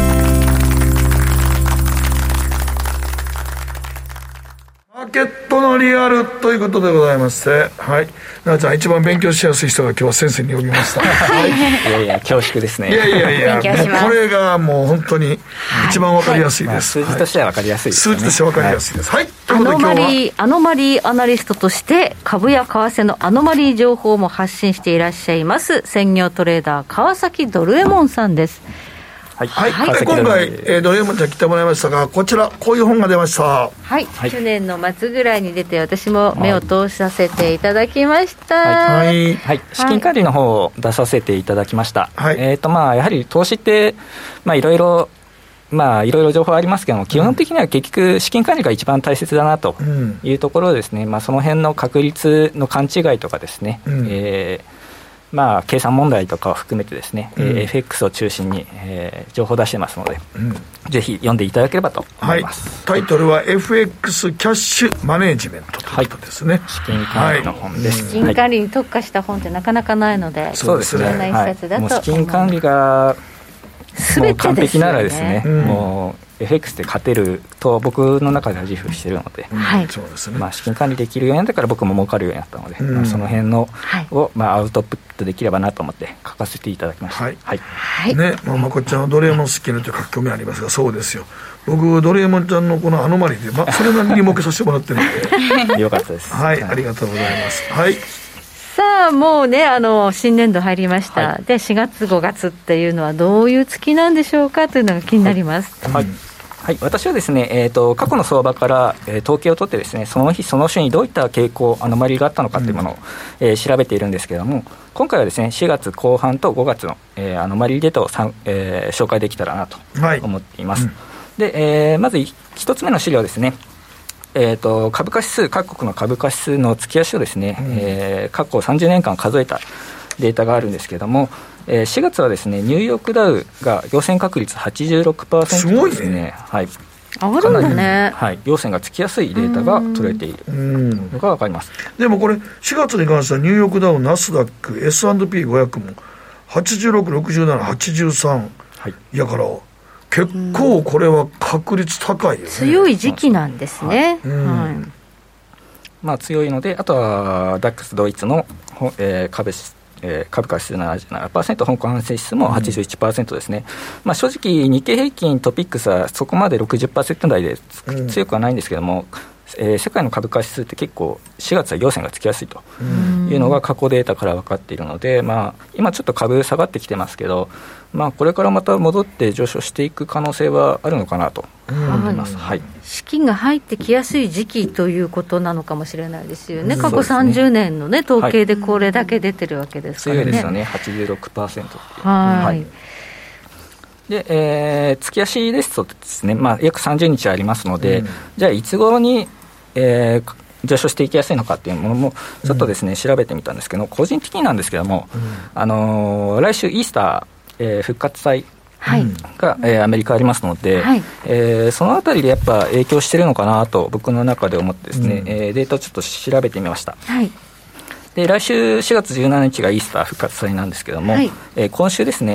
マーケットのリアルということでございまして、はい、なあちゃん一番勉強しやすい人が今日は先生に呼びました。はい、 いやいや恐縮ですね。 いやいやいや、 勉強します。 これがもう本当に一番わかりやすいです。 はい、まあ、数字としてはわかりやすいですね。 数字としてわかりやすいです。はい。 アノマリー、アノマリーアナリストとして株や為替のアノマリー情報も発信していらっしゃいます専業トレーダー川崎ドルエモンさんです。 はい、はいはい、今回、えー、ドルエモンちゃん来てもらいましたが、こちらこういう本が出ました。はい、はい、去年の末ぐらいに出て私も目を通させていただきました。はい、 はいはい、資金管理の方を出させていただきました。はい、えーとまあ、やはり投資ってまあいろいろまあいろいろ情報ありますけども、基本的には結局資金管理が一番大切だなというところですね。うん、まあ、その辺の確率の勘違いとかですね、うん、えーまあ、計算問題とかを含めてですね、うん、エフエックス を中心に、えー、情報を出してますので、うん、ぜひ読んでいただければと思います。 はい、タイトルは エフエックス キャッシュマネージメントということですね。はい、 資金管理の本です。 資金管理に特化した本ってなかなかないので、はい、 そうですね。 重要な一冊だと、 はい、もう資金管理がもう完璧ならですね、うん、もうエフエックス で勝てると僕の中では自負しているので、はい、そうですね。まあ、資金管理できるようになったから僕も儲かるようになったので、うん、まあ、その辺のを、まあ、アウトプットできればなと思って書かせていただきました。はいはいはい、ね、まあ、まこっちゃんはドルエモン好きなという書き込みありますが、そうですよ、僕ドルエモンちゃんのこのアノマリで、まあ、それなりに儲けさせてもらってるのでよかったです。 はい、ありがとうございます。はい、 さあもうね、あの新年度入りました、はい、でしがつごがつっていうのはどういう月なんでしょうかというのが気になります。 はい、はいはい、私はですね、えーと、過去の相場から、えー、統計を取ってですね、その日その週にどういった傾向アノマリがあったのかというものを、うん、えー、調べているんですけれども、今回はですねしがつこう半とごがつの、えー、アノマリデータをさん、えー、紹介できたらなと思っています。はい、うん、で、えー、まず一つ目の資料ですね。えー、と株価指数、各国の株価指数の月足をですね、うん、えー、過去さんじゅうねんかん数えたデータがあるんですけれども、えー、しがつはですねニューヨークダウが陽線確率 はちじゅうろくパーセント ですね。すごいね。はい、 上がるんだね。 はい、陽線がつきやすいデータが取れているのが分かります。 でもこれしがつに関してはニューヨークダウ、ナスダック、 エスアンドピーごひゃく もはちじゅうろく、ろくじゅうなな、はちじゅうさん、はい、やから結構これは確率高いよね。 強い時期なんですね。はい、はい、 まあ、強いので、あとはダックスドイツの、えー、株式えー、株価指数 ななじゅうななパーセント、香港安生指数も はちじゅういちパーセント ですね。うん、まあ、正直日経平均トピックスはそこまで ろくじゅっパーセント 台で、うん、強くはないんですけども、えー、世界の株価指数って結構しがつは陽線がつきやすいというのが過去データから分かっているので、まあ、今ちょっと株下がってきてますけど、まあ、これからまた戻って上昇していく可能性はあるのかなと思います。はい、 資金が入ってきやすい時期ということなのかもしれないですよね。過去さんじゅうねんの、ね、統計でこれだけ出てるわけですからね。 強いですよね。 はちじゅうろくパーセントはい、はい、 で、えー、月足ですとですね、まあ、約さんじゅうにちありますので、うん、じゃあいつ頃に、えー、上昇していきやすいのかっていうものもちょっとですね、うん、調べてみたんですけど、個人的になんですけども、うん、あのー、来週イースター、えー、復活祭が、はい、えー、アメリカありますので、はい、えー、そのあたりでやっぱ影響してるのかなと僕の中で思ってですね、うん、えー、データをちょっと調べてみました。はい、で来週しがつじゅうしちにちがイースター復活祭なんですけども、はい、えー、今週ですね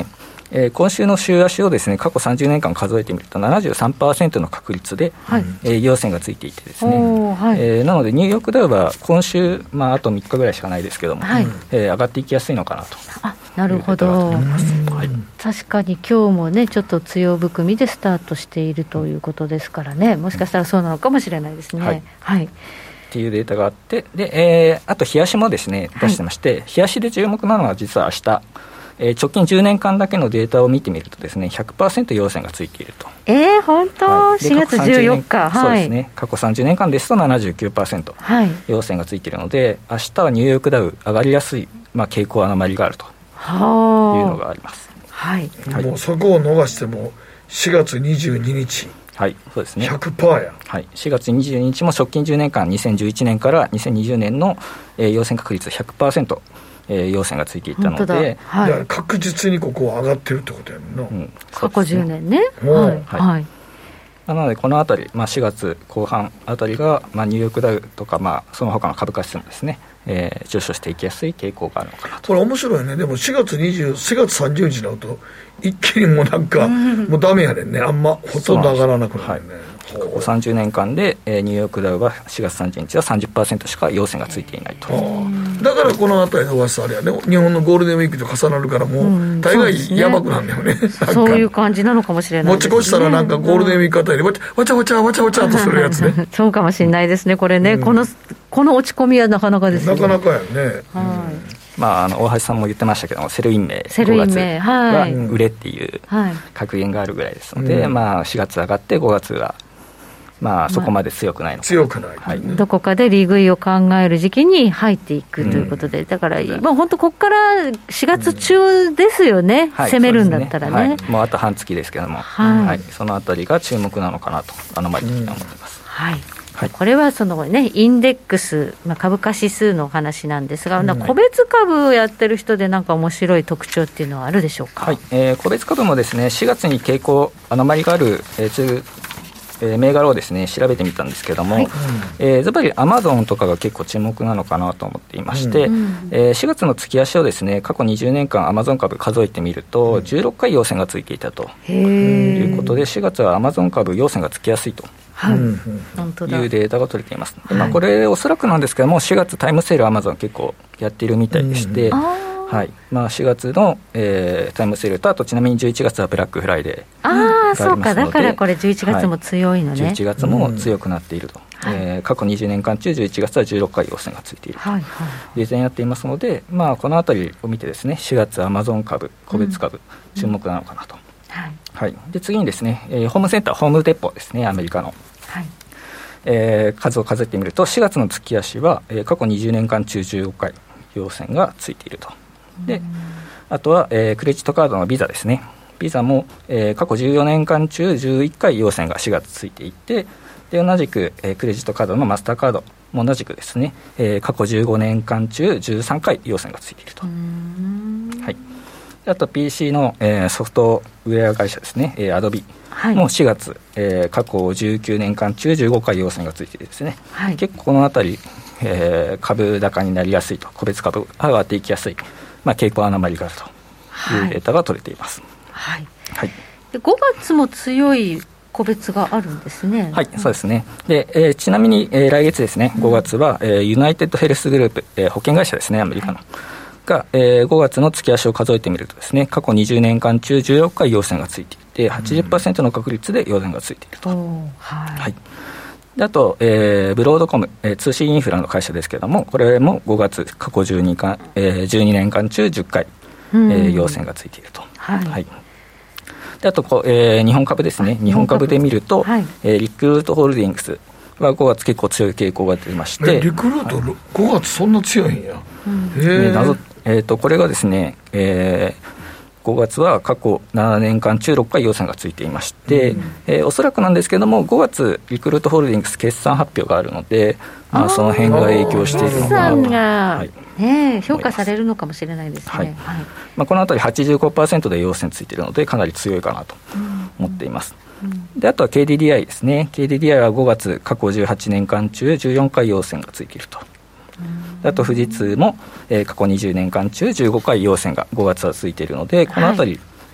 えー、今週の週足をですね過去さんじゅうねんかん数えてみると ななじゅうさんパーセント の確率で、はい、えー、陽線がついていてですね、はい、えー、なのでニューヨークダウは今週、まあ、あとみっかぐらいしかないですけども、はい、えー、上がっていきやすいのかなと。 あ、なるほど、はい、確かに今日もねちょっと強含みでスタートしているということですからね、もしかしたらそうなのかもしれないですね。はい、はい、 っていうデータがあって、で、えー、あと日足もですね出してまして、はい、日足で注目なのは実は明日、えー、直近じゅうねんかんだけのデータを見てみるとですね ひゃくパーセント 陽線がついていると。 えー、本当、はい、しがつじゅうよっか、 そうですね、過去さんじゅうねんかんですと ななじゅうきゅうパーセント、はい、陽線がついているので、明日はニューヨークダウ上がりやすい、まあ、傾向余りがあるというのがあります。 はい、 はい、もうそこを逃してもしがつにじゅうににち、 はい、そうですね、 ひゃくパーセント や、 はい、しがつにじゅうににちも直近じゅうねんかんにせんじゅういちねんからにせんにじゅうねんの、えー、陽線確率 ひゃくパーセント、えー、陽線がついていたので、 はい、だから確実にここは上がってるってことやんな、うん、 過去じゅうねんね、はい、はい、 なのでこのあたり、まあ、しがつこう半あたりが、まあ、ニューヨークダウとか、まあ、その他の株価指数もですね、えー、上昇していきやすい傾向があるのかなと。 これ面白いね。でもしがつにじゅう、しがつさんじゅうにちになると一気にもうなんか、うん、もうダメやねんね、あんまほとんど上がらなくなるね。 過去さんじゅうねんかんで、えー、ニューヨークダウはしがつさんじゅうにちは さんじゅっパーセント しか陽線がついていないと。 だからこのあたりの噂あれやね、日本のゴールデンウィークと重なるからもう大概やばくなるんだよね、うん、そう、 ね、そういう感じなのかもしれないですね。 持ち越したらなんかゴールデンウィークあたりでわちゃわちゃわちゃわちゃとするやつねそうかもしれないですねこれね、うん、このこの落ち込みはなかなかですね。 なかなかやね、 はい、 まあ、あの大橋さんも言ってましたけども、セルインメイセルインメイは売れっていう格言があるぐらいですので、はい、まあ、しがつ上がってごがつはまあ、そこまで強くないのか、 強くない、 はい、 どこかで利食いを考える時期に入っていくということで、うん、だから、まあ、本当ここからしがつ中ですよね、うん、攻めるんだったら ね,、はい、ね、 もうあと半月ですけども、はいはい、そのあたりが注目なのかなとあのまり思います、 うん、はいはい、これはその、ね、インデックス、まあ、株価指数の話なんですが、うん、個別株をやってる人でなんか面白い特徴っていうのはあるでしょうか。 はい、えー、個別株もですねしがつに傾向アノマリがある、えーえー、銘柄をですね調べてみたんですけども、はい、えー、ずばりアマゾンとかが結構注目なのかなと思っていまして、うん、えー、しがつの月足をですね過去にじゅうねんかんアマゾン株数えてみるとじゅうろっかい陽線がついていたということで、しがつはアマゾン株陽線がつきやすいと、はい、いうデータが取れています。で、まあ、これおそらくなんですけどもしがつタイムセールアマゾン結構やっているみたいでして、うん、はい、まあ、しがつの、えー、タイムセールと、あとちなみにじゅういちがつはブラックフライデーああ、そうか、だからこれじゅういちがつも強いのね、はい、 じゅういちがつも強くなっていると、うん、えー、過去にじゅうねんかん中じゅういちがつはじゅうろっかい陽線がついていると、はいはい、いう点やっていますので、まあ、このあたりを見てですねしがつアマゾン株個別株、うん、注目なのかなと、うん、はいはい、で次にですね、えー、ホームセンターホームデポですねアメリカの、はい、えー、数を数えてみるとしがつの月足は、えー、過去にじゅうねんかん中じゅうごかい陽線がついていると。であとは、えー、クレジットカードのビザですね。ビザも、えー、過去じゅうよねんかん中じゅういっかい陽線がしがつついていて、で同じく、えー、クレジットカードのマスターカードも同じくですね、えー、過去じゅうごねんかん中じゅうさんかい陽線がついていると。はい、あと ピーシー の、えー、ソフトウェア会社ですね、えー、アドビもしがつ、えー、過去じゅうきゅうねんかん中じゅうごかい陽線がついていてですね、はい、結構このあたり、えー、株高になりやすいと、個別株上がっていきやすい、まあ、傾向アノマリがあるというデータが取れています。 はいはい、でごがつも強い個別があるんですね。 はい、そうですね。で、えー、ちなみに、えー、来月ですねごがつは、えー、ユナイテッドヘルスグループ、えー、保険会社ですねアメリカの、はい、が、えー、ごがつの月足を数えてみるとですね過去にじゅうねんかん中じゅうろっかい陽線がついていて はちじゅっパーセント の確率で陽線がついていると、はいはい、であと、えー、ブロードコム、えー、通信インフラの会社ですけれどもこれもごがつ過去じゅうにかん、えー、じゅうにねんかん中じゅっかい、えー、陽線がついていると、はいはい、であとこう、えー、日本株ですね。日本株で見ると、はい、えー、リクルートホールディングスはごがつ結構強い傾向が出まして、 リクルートごがつそんな強いんや、うん、 へー、謎、えー、とこれがですね、えーごがつは過去ななねんかん中ろっかい陽線がついていまして、うん、えー、おそらくなんですけどもごがつリクルートホールディングス決算発表があるので、まあ、その辺が影響しているのかなと、 決算が、はいね、評価されるのかもしれないですね、はいはい、 まあ、このあたり はちじゅうごパーセント で陽線ついているのでかなり強いかなと思っています、うんうん、であとは ケーディーディーアイ ですね。 ケーディーディーアイ はごがつ過去じゅうはちねんかん中じゅうよんかい陽線がついていると。あと富士通も、えー、過去にじゅうねんかん中じゅうごかい陽線がごがつはついているので、このあたり、はい、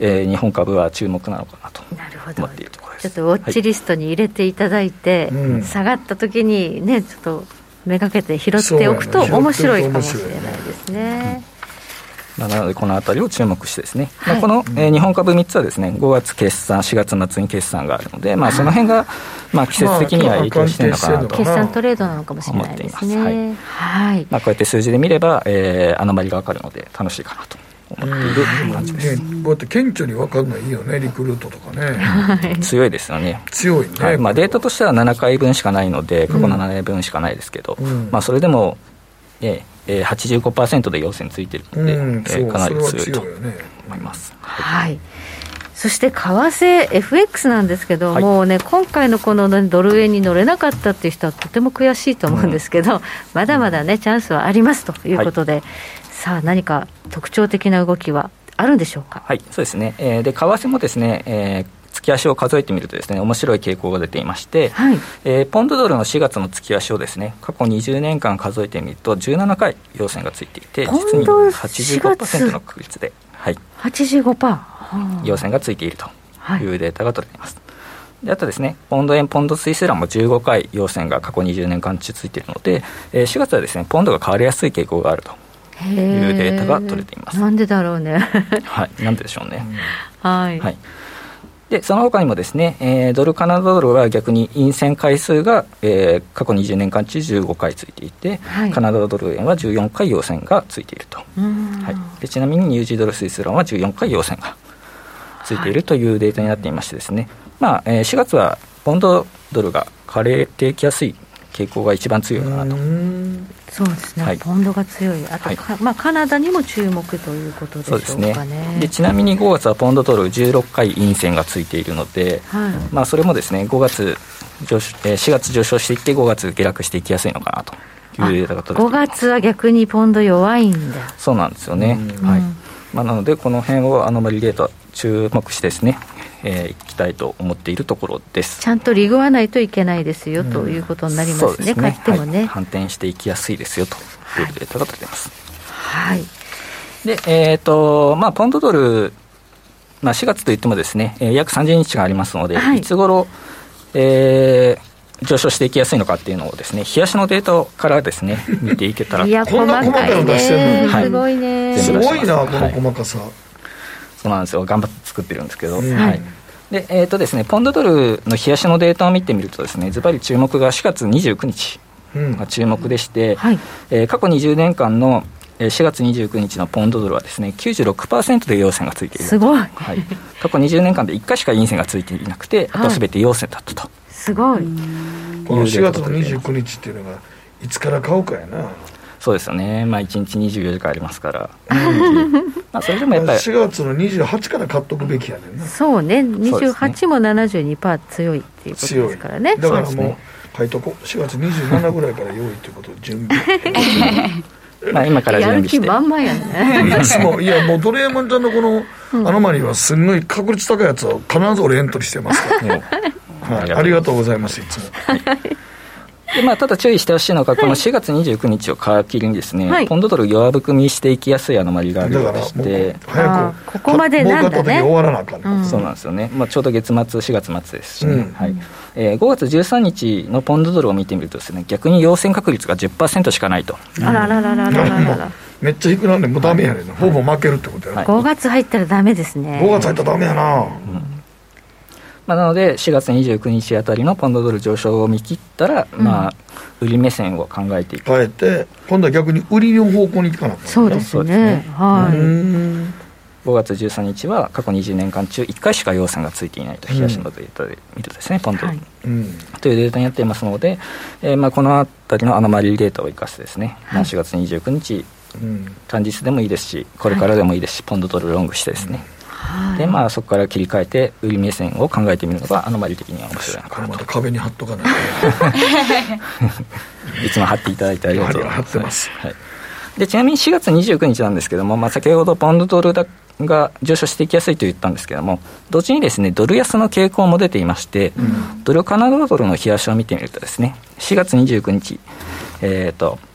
えー、日本株は注目なのかなと思っているところです。 ちょっとウォッチリストに入れていただいて、はい、下がった時にねちょっとめがけて拾っておくと面白いかもしれないですね。 なのでこのあたりを注目してですね、はい、まあ、この、えー、日本株みっつはですねごがつ決算しがつ末に決算があるので、まあ、その辺が、まあ、季節的には影響しているのかなと、まあ、 決算トレードなのかもしれないですね。はい、はい、 まあ、こうやって数字で見れば、えー、アノマリが分かるので楽しいかなと思っている感じです。 ね、こうやって顕著に分かるのいいよね、リクルートとかね、 はい、強いですよね。 強いね、 はい、まあ、データとしてはななかいぶんしかないので過去ななねんぶんしかないですけど、うん、まあ、それでも、えーえー、はちじゅうごパーセント で陽線ついてるので、うん、えー、かなり強いと思います。 はい、はい、そして為替 エフエックス なんですけど、はい、もうね今回のこのドル円に乗れなかったっていう人はとても悔しいと思うんですけど、うん、まだまだねチャンスはありますということで、はい、さあ何か特徴的な動きはあるんでしょうか。 はい、そうですね、えー、で為替もですね、えー月足を数えてみるとですね面白い傾向が出ていまして、はい、えー、ポンドドルのしがつの月足をですね過去にじゅうねんかん数えてみるとじゅうななかい陽線がついていて、実に はちじゅうごパーセント の確率で、はい、 はちじゅうごパーセント陽線がついているというデータが取れています。であとですねポンド円ポンドスイスランもじゅうごかい陽線が過去にじゅうねんかん中ついているので、えー、しがつはですねポンドが買われやすい傾向があるというデータが取れています。 なんでだろうねはい、なんででしょうね、 うん、はい、 はい、でその他にもですね、えー、ドルカナダドルは逆に陰線回数が、えー、過去にじゅうねんかん中じゅうごかいついていて、はい、カナダドル円はじゅうよんかい陽線がついていると、はい、でちなみにニュージードルスイスランはじゅうよんかい陽線がついているというデータになっていましてですね、まあえー、しがつはポンドドルが買われていきやすい傾向が一番強いかなと。 そうですね、はい、ポンドが強い、あと、はい、まあ、カナダにも注目ということでしょうかね。そうですね。 でちなみにごがつはポンドドルじゅうろっかい陰線がついているので、はい、まあ、それもですねごがつ上昇、えー、しがつ上昇していってごがつ下落していきやすいのかなというデータが取れています。 ごがつは逆にポンド弱いんだ。 そうなんですよね、はい、まあ、なのでこの辺をアノマリデータ注目してですね、えー、いきたいと思っているところです。 ちゃんとリグわないといけないですよ、うん、ということになりますね。そうですね、買ってもね、はい、 反転していきやすいですよというデータが出ています。 はい。 で、えーとまあ、ポンドドル、まあ、しがつといってもですね、えー、約さんじゅうにちがありますので、はい、いつ頃、えー、上昇していきやすいのかっていうのをですね、冷やしのデータからですね見ていけたらいや細かいね、はい、すごいね、 すごいなこの細かさ、はい、 そうなんですよ、頑張って作ってるんですけど、うん、はい。でえーとですね、ポンドドルの冷やしのデータを見てみるとですね、ズバリ注目がしがつにじゅうくにちが注目でして、うん、はい、えー、過去にじゅうねんかんのしがつにじゅうくにちのポンドドルはですね きゅうじゅうろくパーセント で陽線がついている。 すごい、 はい、過去にじゅうねんかんでいっかいしか陰線がついていなくて、あとすべて陽線だったと、はい、 すごい。 このしがつのにじゅうくにちっていうのがいつから買うかやな。 そうですよね、まあ、いちにちにじゅうよじかんありますから、うん、まあそれでもやっぱりしがつのにじゅうはちから買っとくべきやねんな。 そうね、にじゅうはちも ななじゅうにパーセント 強いっていうことですからね。 だからもう買いとこう、しがつにじゅうしちぐらいから用意ということを準備まあ今から準備してやる気満々やねいつもいやもうドレーモンちゃんのこのアノマリーはすごい確率高いやつを必ず俺エントリーしてますからね、はい、ありがとうございますいつも、はい。 でまあ、ただ注意してほしいのがこのしがつにじゅうくにちを皮切りにですね、はい、ポンドドル弱含みしていきやすいアノマリがあるようでして、 早くここまでなんだね、 終わらなあかん、 うん、そうなんですよね、まあ、ちょうど月末しがつ末ですしね、うん、はい、えー、ごがつじゅうさんにちのポンドドルを見てみるとですね、逆に陽線確率が じゅっパーセント しかないと、 うん、あららららららららめっちゃ低くなんでもうダメやねん、ほぼ負けるってことや、はい、 ごがつ入ったらダメですね。 ごがつ入ったらダメやな、うん、 まあ、なのでしがつにじゅうくにちあたりのポンドドル上昇を見切ったら、うん、まあ売り目線を考えていく、 変えて今度は逆に売りの方向にいかなくなる。 そうですね、はい、うん、 ごがつじゅうさんにちは過去にじゅうねんかん中いっかいしか陽線がついていないと、冷やしのデータで見るとですね、ポンド、はい、というデータになっていますので、えー、まあこのあたりのアノマリーデータを生かしてですね、はい、しがつにじゅうくにち、うん、単日でもいいですしこれからでもいいですし、はい、ポンドドルロングしてですね、はい、でまあ、そこから切り替えて売り目線を考えてみるのがアノマリ的には面白いなと。 これまた壁に貼っとかないいつも貼っていただいてありがとうございます。 貼ってます、 はい、でちなみにしがつにじゅうくにちなんですけども、まあ、先ほどポンドドルが上昇していきやすいと言ったんですけども、同時にですねドル安の傾向も出ていまして、うん、ドルカナダドルの冷やしを見てみるとですね、しがつにじゅうくにち、えーと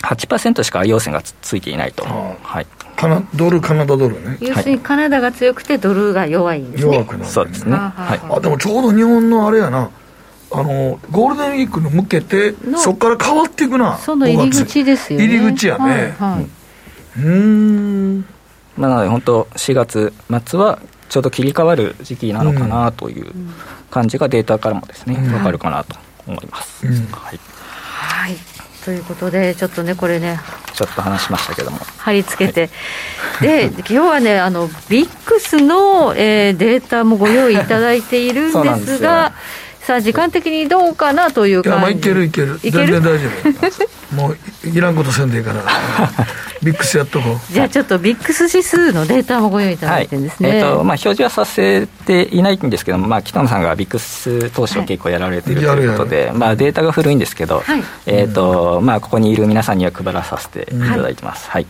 はちパーセント しか陽線が つ, ついていないと、はい、 カナドルカナダドルね。 要するにカナダが強くてドルが弱いんですね。 弱くなる、ね、 そうですね。あ、 はい、あでもちょうど日本のあれやな、あのゴールデンウィークに向けてそこから変わっていくな。 その入り口ですよね。 入り口やね、はいはい、うーん、 まあ、なので本当しがつ末はちょうど切り替わる時期なのかなという感じがデータからもですね、うん、分かるかなと思います、うん、はい、 はい、ということでちょっとねこれねちょっと話しましたけども貼り付けて、はい、で今日はねあのビックスの、えー、データもご用意いただいているんですがさあ時間的にどうかなという感じ。いや、まあ、 いけるいけるいける全然大丈夫もういらんことせんでいいからビックスやっとこう。 じゃあちょっとビックス指数のデータもご用意いただいてるんですね、 はい、えーとまあ、表示はさせていないんですけども、まあ、北野さんがビックス投資を結構やられているということで、はい、まあ、データが古いんですけど、はい、えーとまあ、ここにいる皆さんには配らさせていただいてます、はいはい、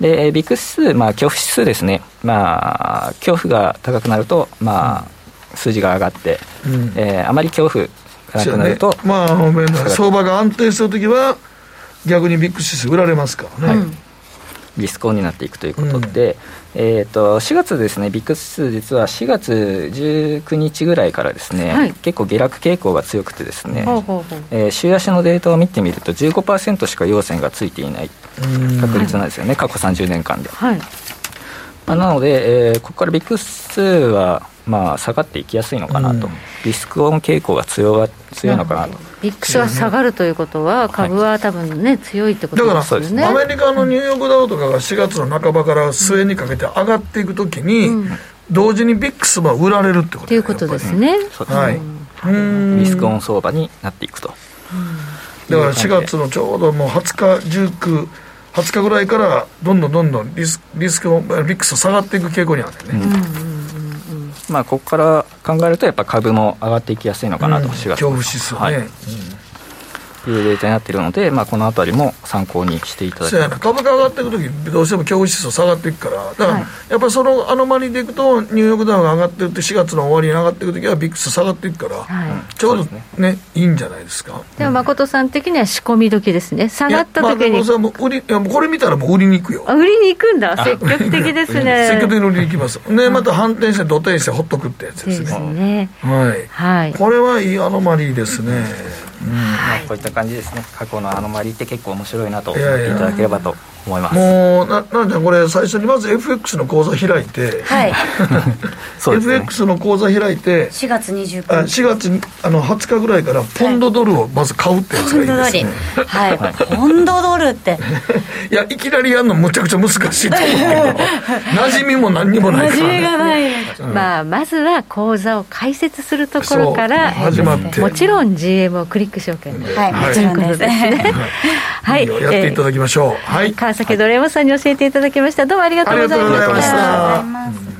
でビックス指数、まあ、恐怖指数ですね、まあ、恐怖が高くなると、まあ、数字が上がって、うん、えー、あまり恐怖がなくなると、ね、 まあ、相場が安定するときは逆にビックス指数売られますからね、はい、 リスクオンになっていくということで、うん、えー、としがつですね、ビックス指数実はしがつじゅうくにちぐらいからですね、はい、結構下落傾向が強くてですね、うん、えー、週足のデータを見てみると じゅうごパーセント しか陽線がついていない確率なんですよね、うん、過去さんじゅうねんかんで、はい、まあ、なので、えー、ここからビックス指数はまあ下がっていきやすいのかなと、うん、リスクオン傾向が 強, 強いのかなと。 ビックスが下がるということは株は多分ね、はい、強いってことですよね。 だからアメリカのニューヨークダウとかがしがつの半ばから末にかけて上がっていくときに、うん、同時にビックスは売られるってことですね。ということですね、 はい、うん、リスクオン相場になっていくと、 うん、だからしがつのちょうどもうはつかじゅうくはつかぐらいからどんどんどんどんリスリスクビックス下がっていく傾向にあるんだよね、うん、 まあ、ここから考えるとやっぱ株も上がっていきやすいのかなと、うん、しがつ恐怖指数ね、はい、うん、 いうデータになっているので、まあ、このあたりも参考にしていただきたい。 株価上がっていくときどうしても恐怖指数下がっていくから、だから、はい、やっぱりそのアノマリでいくとニューヨークダウが上がっていってしがつの終わりに上がっていくときはビックス下がっていくから、はい、ちょうど ね, ねいいんじゃないですか。 でも誠さん的には仕込み時ですね。下がったときに、 まあ、もう売りいやもうこれ見たらもう売りに行くよ。 あ、売りに行くんだ。積極的ですね。 積極的に売りに行きますね。また反転して土転してほっとくってやつですね。ですね、はいはい、これはいいアノマリですね、 うん、はい、こういった感じですね。過去のアノマリって結構面白いなと思っていただければと思います。いやいやもう な, なんじゃこれ最初にまず エフエックス の口座開いて、はい、そうですね、エフエックス の口座開いてしがつにじゅうくにちしがつあのはつかぐらいからポンドドルをまず買うってやつがいいですね、 はい、はい、ポンドドルっていやいきなりやるのむちゃくちゃ難しいと思うけど馴染みも何にもないから、ね、 馴染みがない、うん、まあ、まずは口座を開設するところから始まって、もちろん ジーエム をクリック証券で、 はい、もちろんですねはい、やっていただきましょう、はい、 川崎ドレモさんに教えていただきました。どうもありがとうございました。ありがとうございました。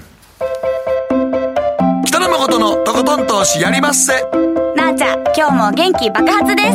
北野誠のとことん投資やりまっせ。 なあちゃん、今日も元気爆発で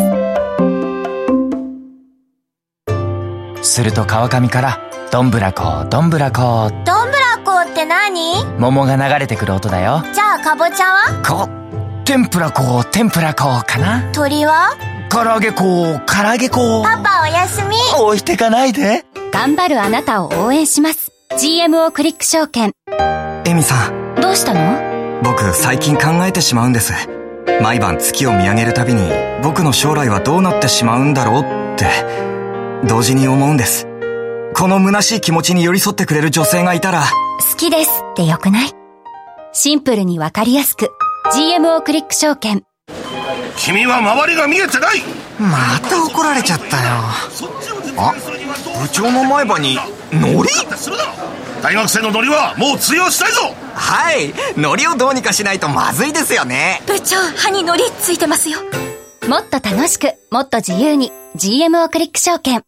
す。すると川上からどんぶらこどんぶらこ。 どんぶらこって何？ 桃が流れてくる音だよ。 じゃあかぼちゃは？ こ天ぷらこ天ぷらこかな。 鳥は？ 唐揚げこ唐揚げこ。 パパおやすみ。 置いてかないで。 頑張るあなたを応援します。 ジーエムオー クリック証券。 エミさん、 どうしたの？ 僕最近考えてしまうんです。毎晩月を見上げるたびに僕の将来はどうなってしまうんだろうって同時に思うんです。この虚しい気持ちに寄り添ってくれる女性がいたら。 好きですってよくない？シンプルにわかりやすく ジーエムオー クリック証券。 君は周りが見えてない。 また怒られちゃったよ。あ、部長の前歯にノリ？ 大学生のノリはもう通用したいぞ。 はい、ノリをどうにかしないとまずいですよね。 部長、歯にノリついてますよ。 もっと楽しく、もっと自由に ジーエムオー クリック証券。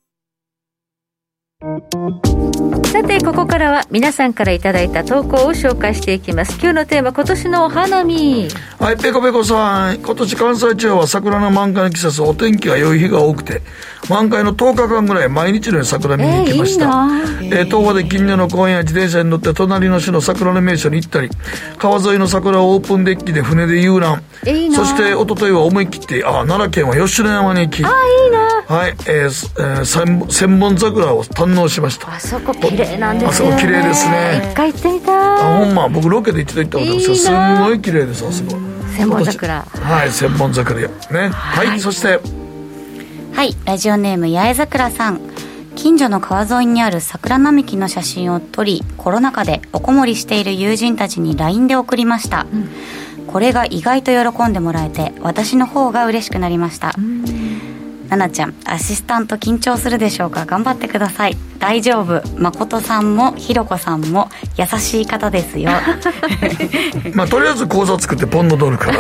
さてここからは皆さんからいただいた投稿を紹介していきます。今日のテーマ、今年のお花見。 はい、ペコペコさん、今年関西地方は桜の満開の季節、お天気が良い日が多くて満開のとおかかんぐらい毎日のように桜見に行きました。えー、いいな。えー、東和で近所の公園や自転車に乗って隣の市の桜の名所に行ったり、川沿いの桜をオープンデッキで船で遊覧。いいな。そして一昨日は思い切ってあ奈良県は吉野山に行き、 あいいな。 はい、えーえー、千本桜を堪能しました。 あそこ綺麗なんですよね。 あそこ綺麗ですね。 一回行ってみたい。 あほんま僕ロケで一度行ったことあるんですよ。すんごい綺麗です。あそこ千本桜。 はい千本桜ね。はい、はい、そしてはいラジオネーム八重桜さん。近所の川沿いにある桜並木の写真を撮り、コロナ禍でおこもりしている友人たちに ライン で送りました、うん、これが意外と喜んでもらえて私の方が嬉しくなりました。ななちゃんアシスタント緊張するでしょうか。頑張ってください。大丈夫。誠さんもひろこさんも優しい方ですよまあとりあえず講座作ってポンのドルから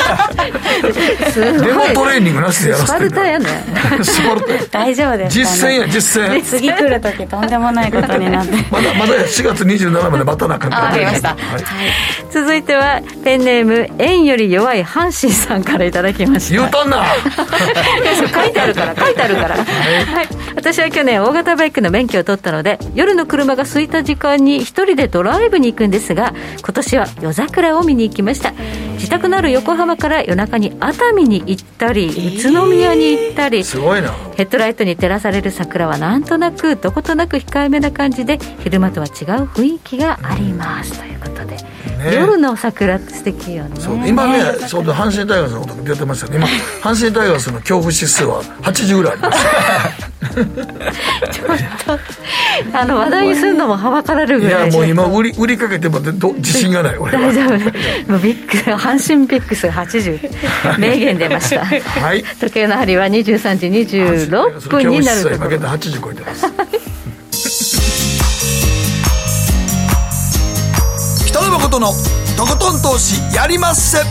デモトレーニングなしでやらせてる。 スパルタやねスパルタ大丈夫ですかね。 実践や実践次来る時とんでもないことになってまだまだしがつにじゅうしちにちまで待たなあかんからありました、 はいはい、 続いてはペンネーム円より弱い阪神さんからいただきました。 言うとんな書いてあるから書いてあるから、はいはい、私は去年大型バイクの免許を取ったので夜の車が空いた時間に一人でドライブに行くんですが、今年は夜桜を見に行きました。自宅のある横浜から夜中に熱海に行ったり宇都宮に行ったり、 すごいな。 ヘッドライトに照らされる桜はなんとなくどことなく控えめな感じで昼間とは違う雰囲気があります、うん、ということで、ね、夜の桜って素敵よね。 そう今ねちょうど阪神タイガースのこと出てましたね。今阪神タイガースの恐怖指数ははちじゅうぐらいありますちょっとあの話題にするのもはばかられるぐらい。 いやもう今売り売りかけてもど自信がない俺は。 大丈夫。もうビッグ阪神ビッグスはちじゅう名言出ましたはい。時計の針はにじゅうさんじにじゅうろっぷんになるところ。 負けてはちじゅう超えてます北野誠のとことん投資やりまっせ。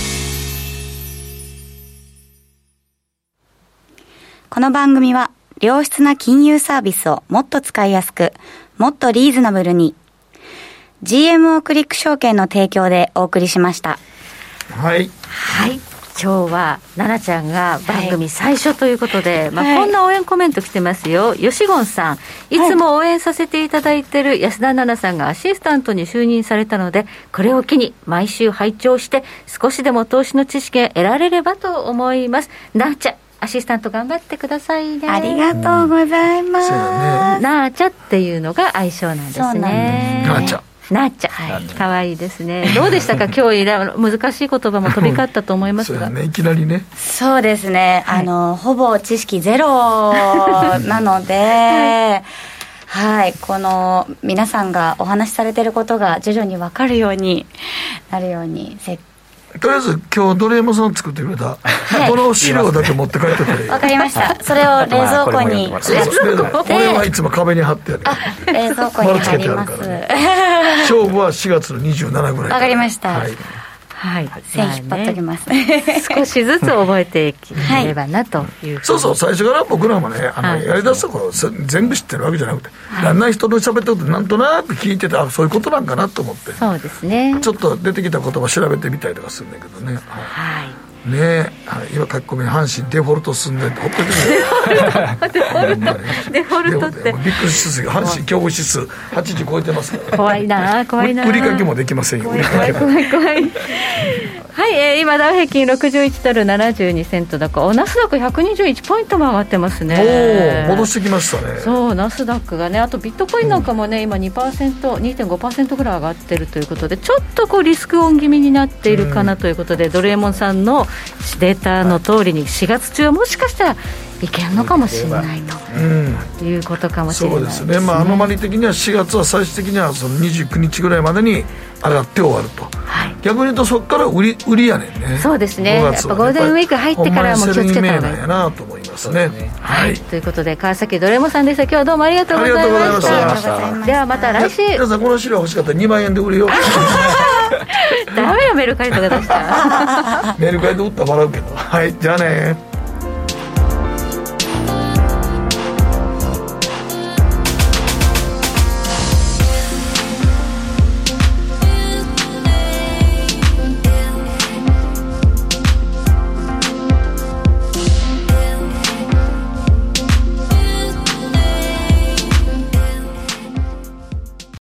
この番組は良質な金融サービスをもっと使いやすく、もっとリーズナブルに ジーエムオー クリック証券の提供でお送りしました。 はいはい。今日は奈々ちゃんが番組最初ということで、はい、まあ、こんな応援コメント来てますよ。吉権さん、いつも応援させていただいている安田奈々さんがアシスタントに就任されたので、これを機に毎週拝聴して少しでも投資の知識が得られればと思います。奈々ちゃんアシスタント頑張ってくださいね。 ありがとうございます、うん、 なーちゃっていうのが愛称なんですね。 なーちゃなっちゃ、はい、かわいいですね。どうでしたか今日難しい言葉も飛び交ったと思いますが、 そうね、いきなりね。 そうですね、はい、あのほぼ知識ゼロなので、はいはい、この皆さんがお話しされていることが徐々に分かるようになるようにせとりあえず今日ドレーモさん作ってくれた、はい、この資料だけ持って帰っててわかりました。それを冷蔵庫にこれはいつも壁に貼ってある。 あ冷蔵庫に貼ります勝負はしがつのにじゅうしちにちぐらい。 わかりました、 はいはい、 線引っ張っときます、 ね、少しずつ覚えていければなという、はい、 そうそう最初から僕らもねあの、はい、やりだすところ全部知ってるわけじゃなくて、はい、だんだん人の喋ってることなんとなく聞いててあそういうことなんかなと思って、 そうですね、 ちょっと出てきた言葉調べてみたりとかするんだけどね、はい、はいねえ、はい、今書き込みに阪神デフォルト進んでってほっといてくれデフォルトってびっくりしすぎ阪神恐怖指数はちじゅう超えてますから怖いな怖いな売りかけもできませんよ。 怖い怖い怖い怖いはい、えー、今ダウ平均ろくじゅういちドルななじゅうにセント高、ナスダックひゃくにじゅういちポイントも上がってますね。 お戻してきましたね。 そうナスダックがね、あとビットコインなんかもね、うん、今 にパーセント、にてんごパーセント ぐらい上がってるということで、ちょっとこうリスクオン気味になっているかなということで、うん、ドルエモンさんのデータの通りにしがつ中はもしかしたらいけるのかもしれないと、うん、いうことかもしれないですね。 そうですね、まあ、アノマリ的にはしがつは最終的にはそのにじゅうくにちぐらいまでに上がって終わると、はい、逆に言うとそこから売り、売りやねんね。 そうですね、やっぱゴールデンウィーク入ってからも気をつけた方がいいなんやなと思いますね。 はい、はい、ということで川崎ドレモさんでした。今日はどうもありがとうございました。ありがとうございました。ではまた来週。 皆さんこの資料欲しかったらにまんえんで売るよダメよメルカリとか出したらメルカリで売ったら笑うけど。はい、じゃあね。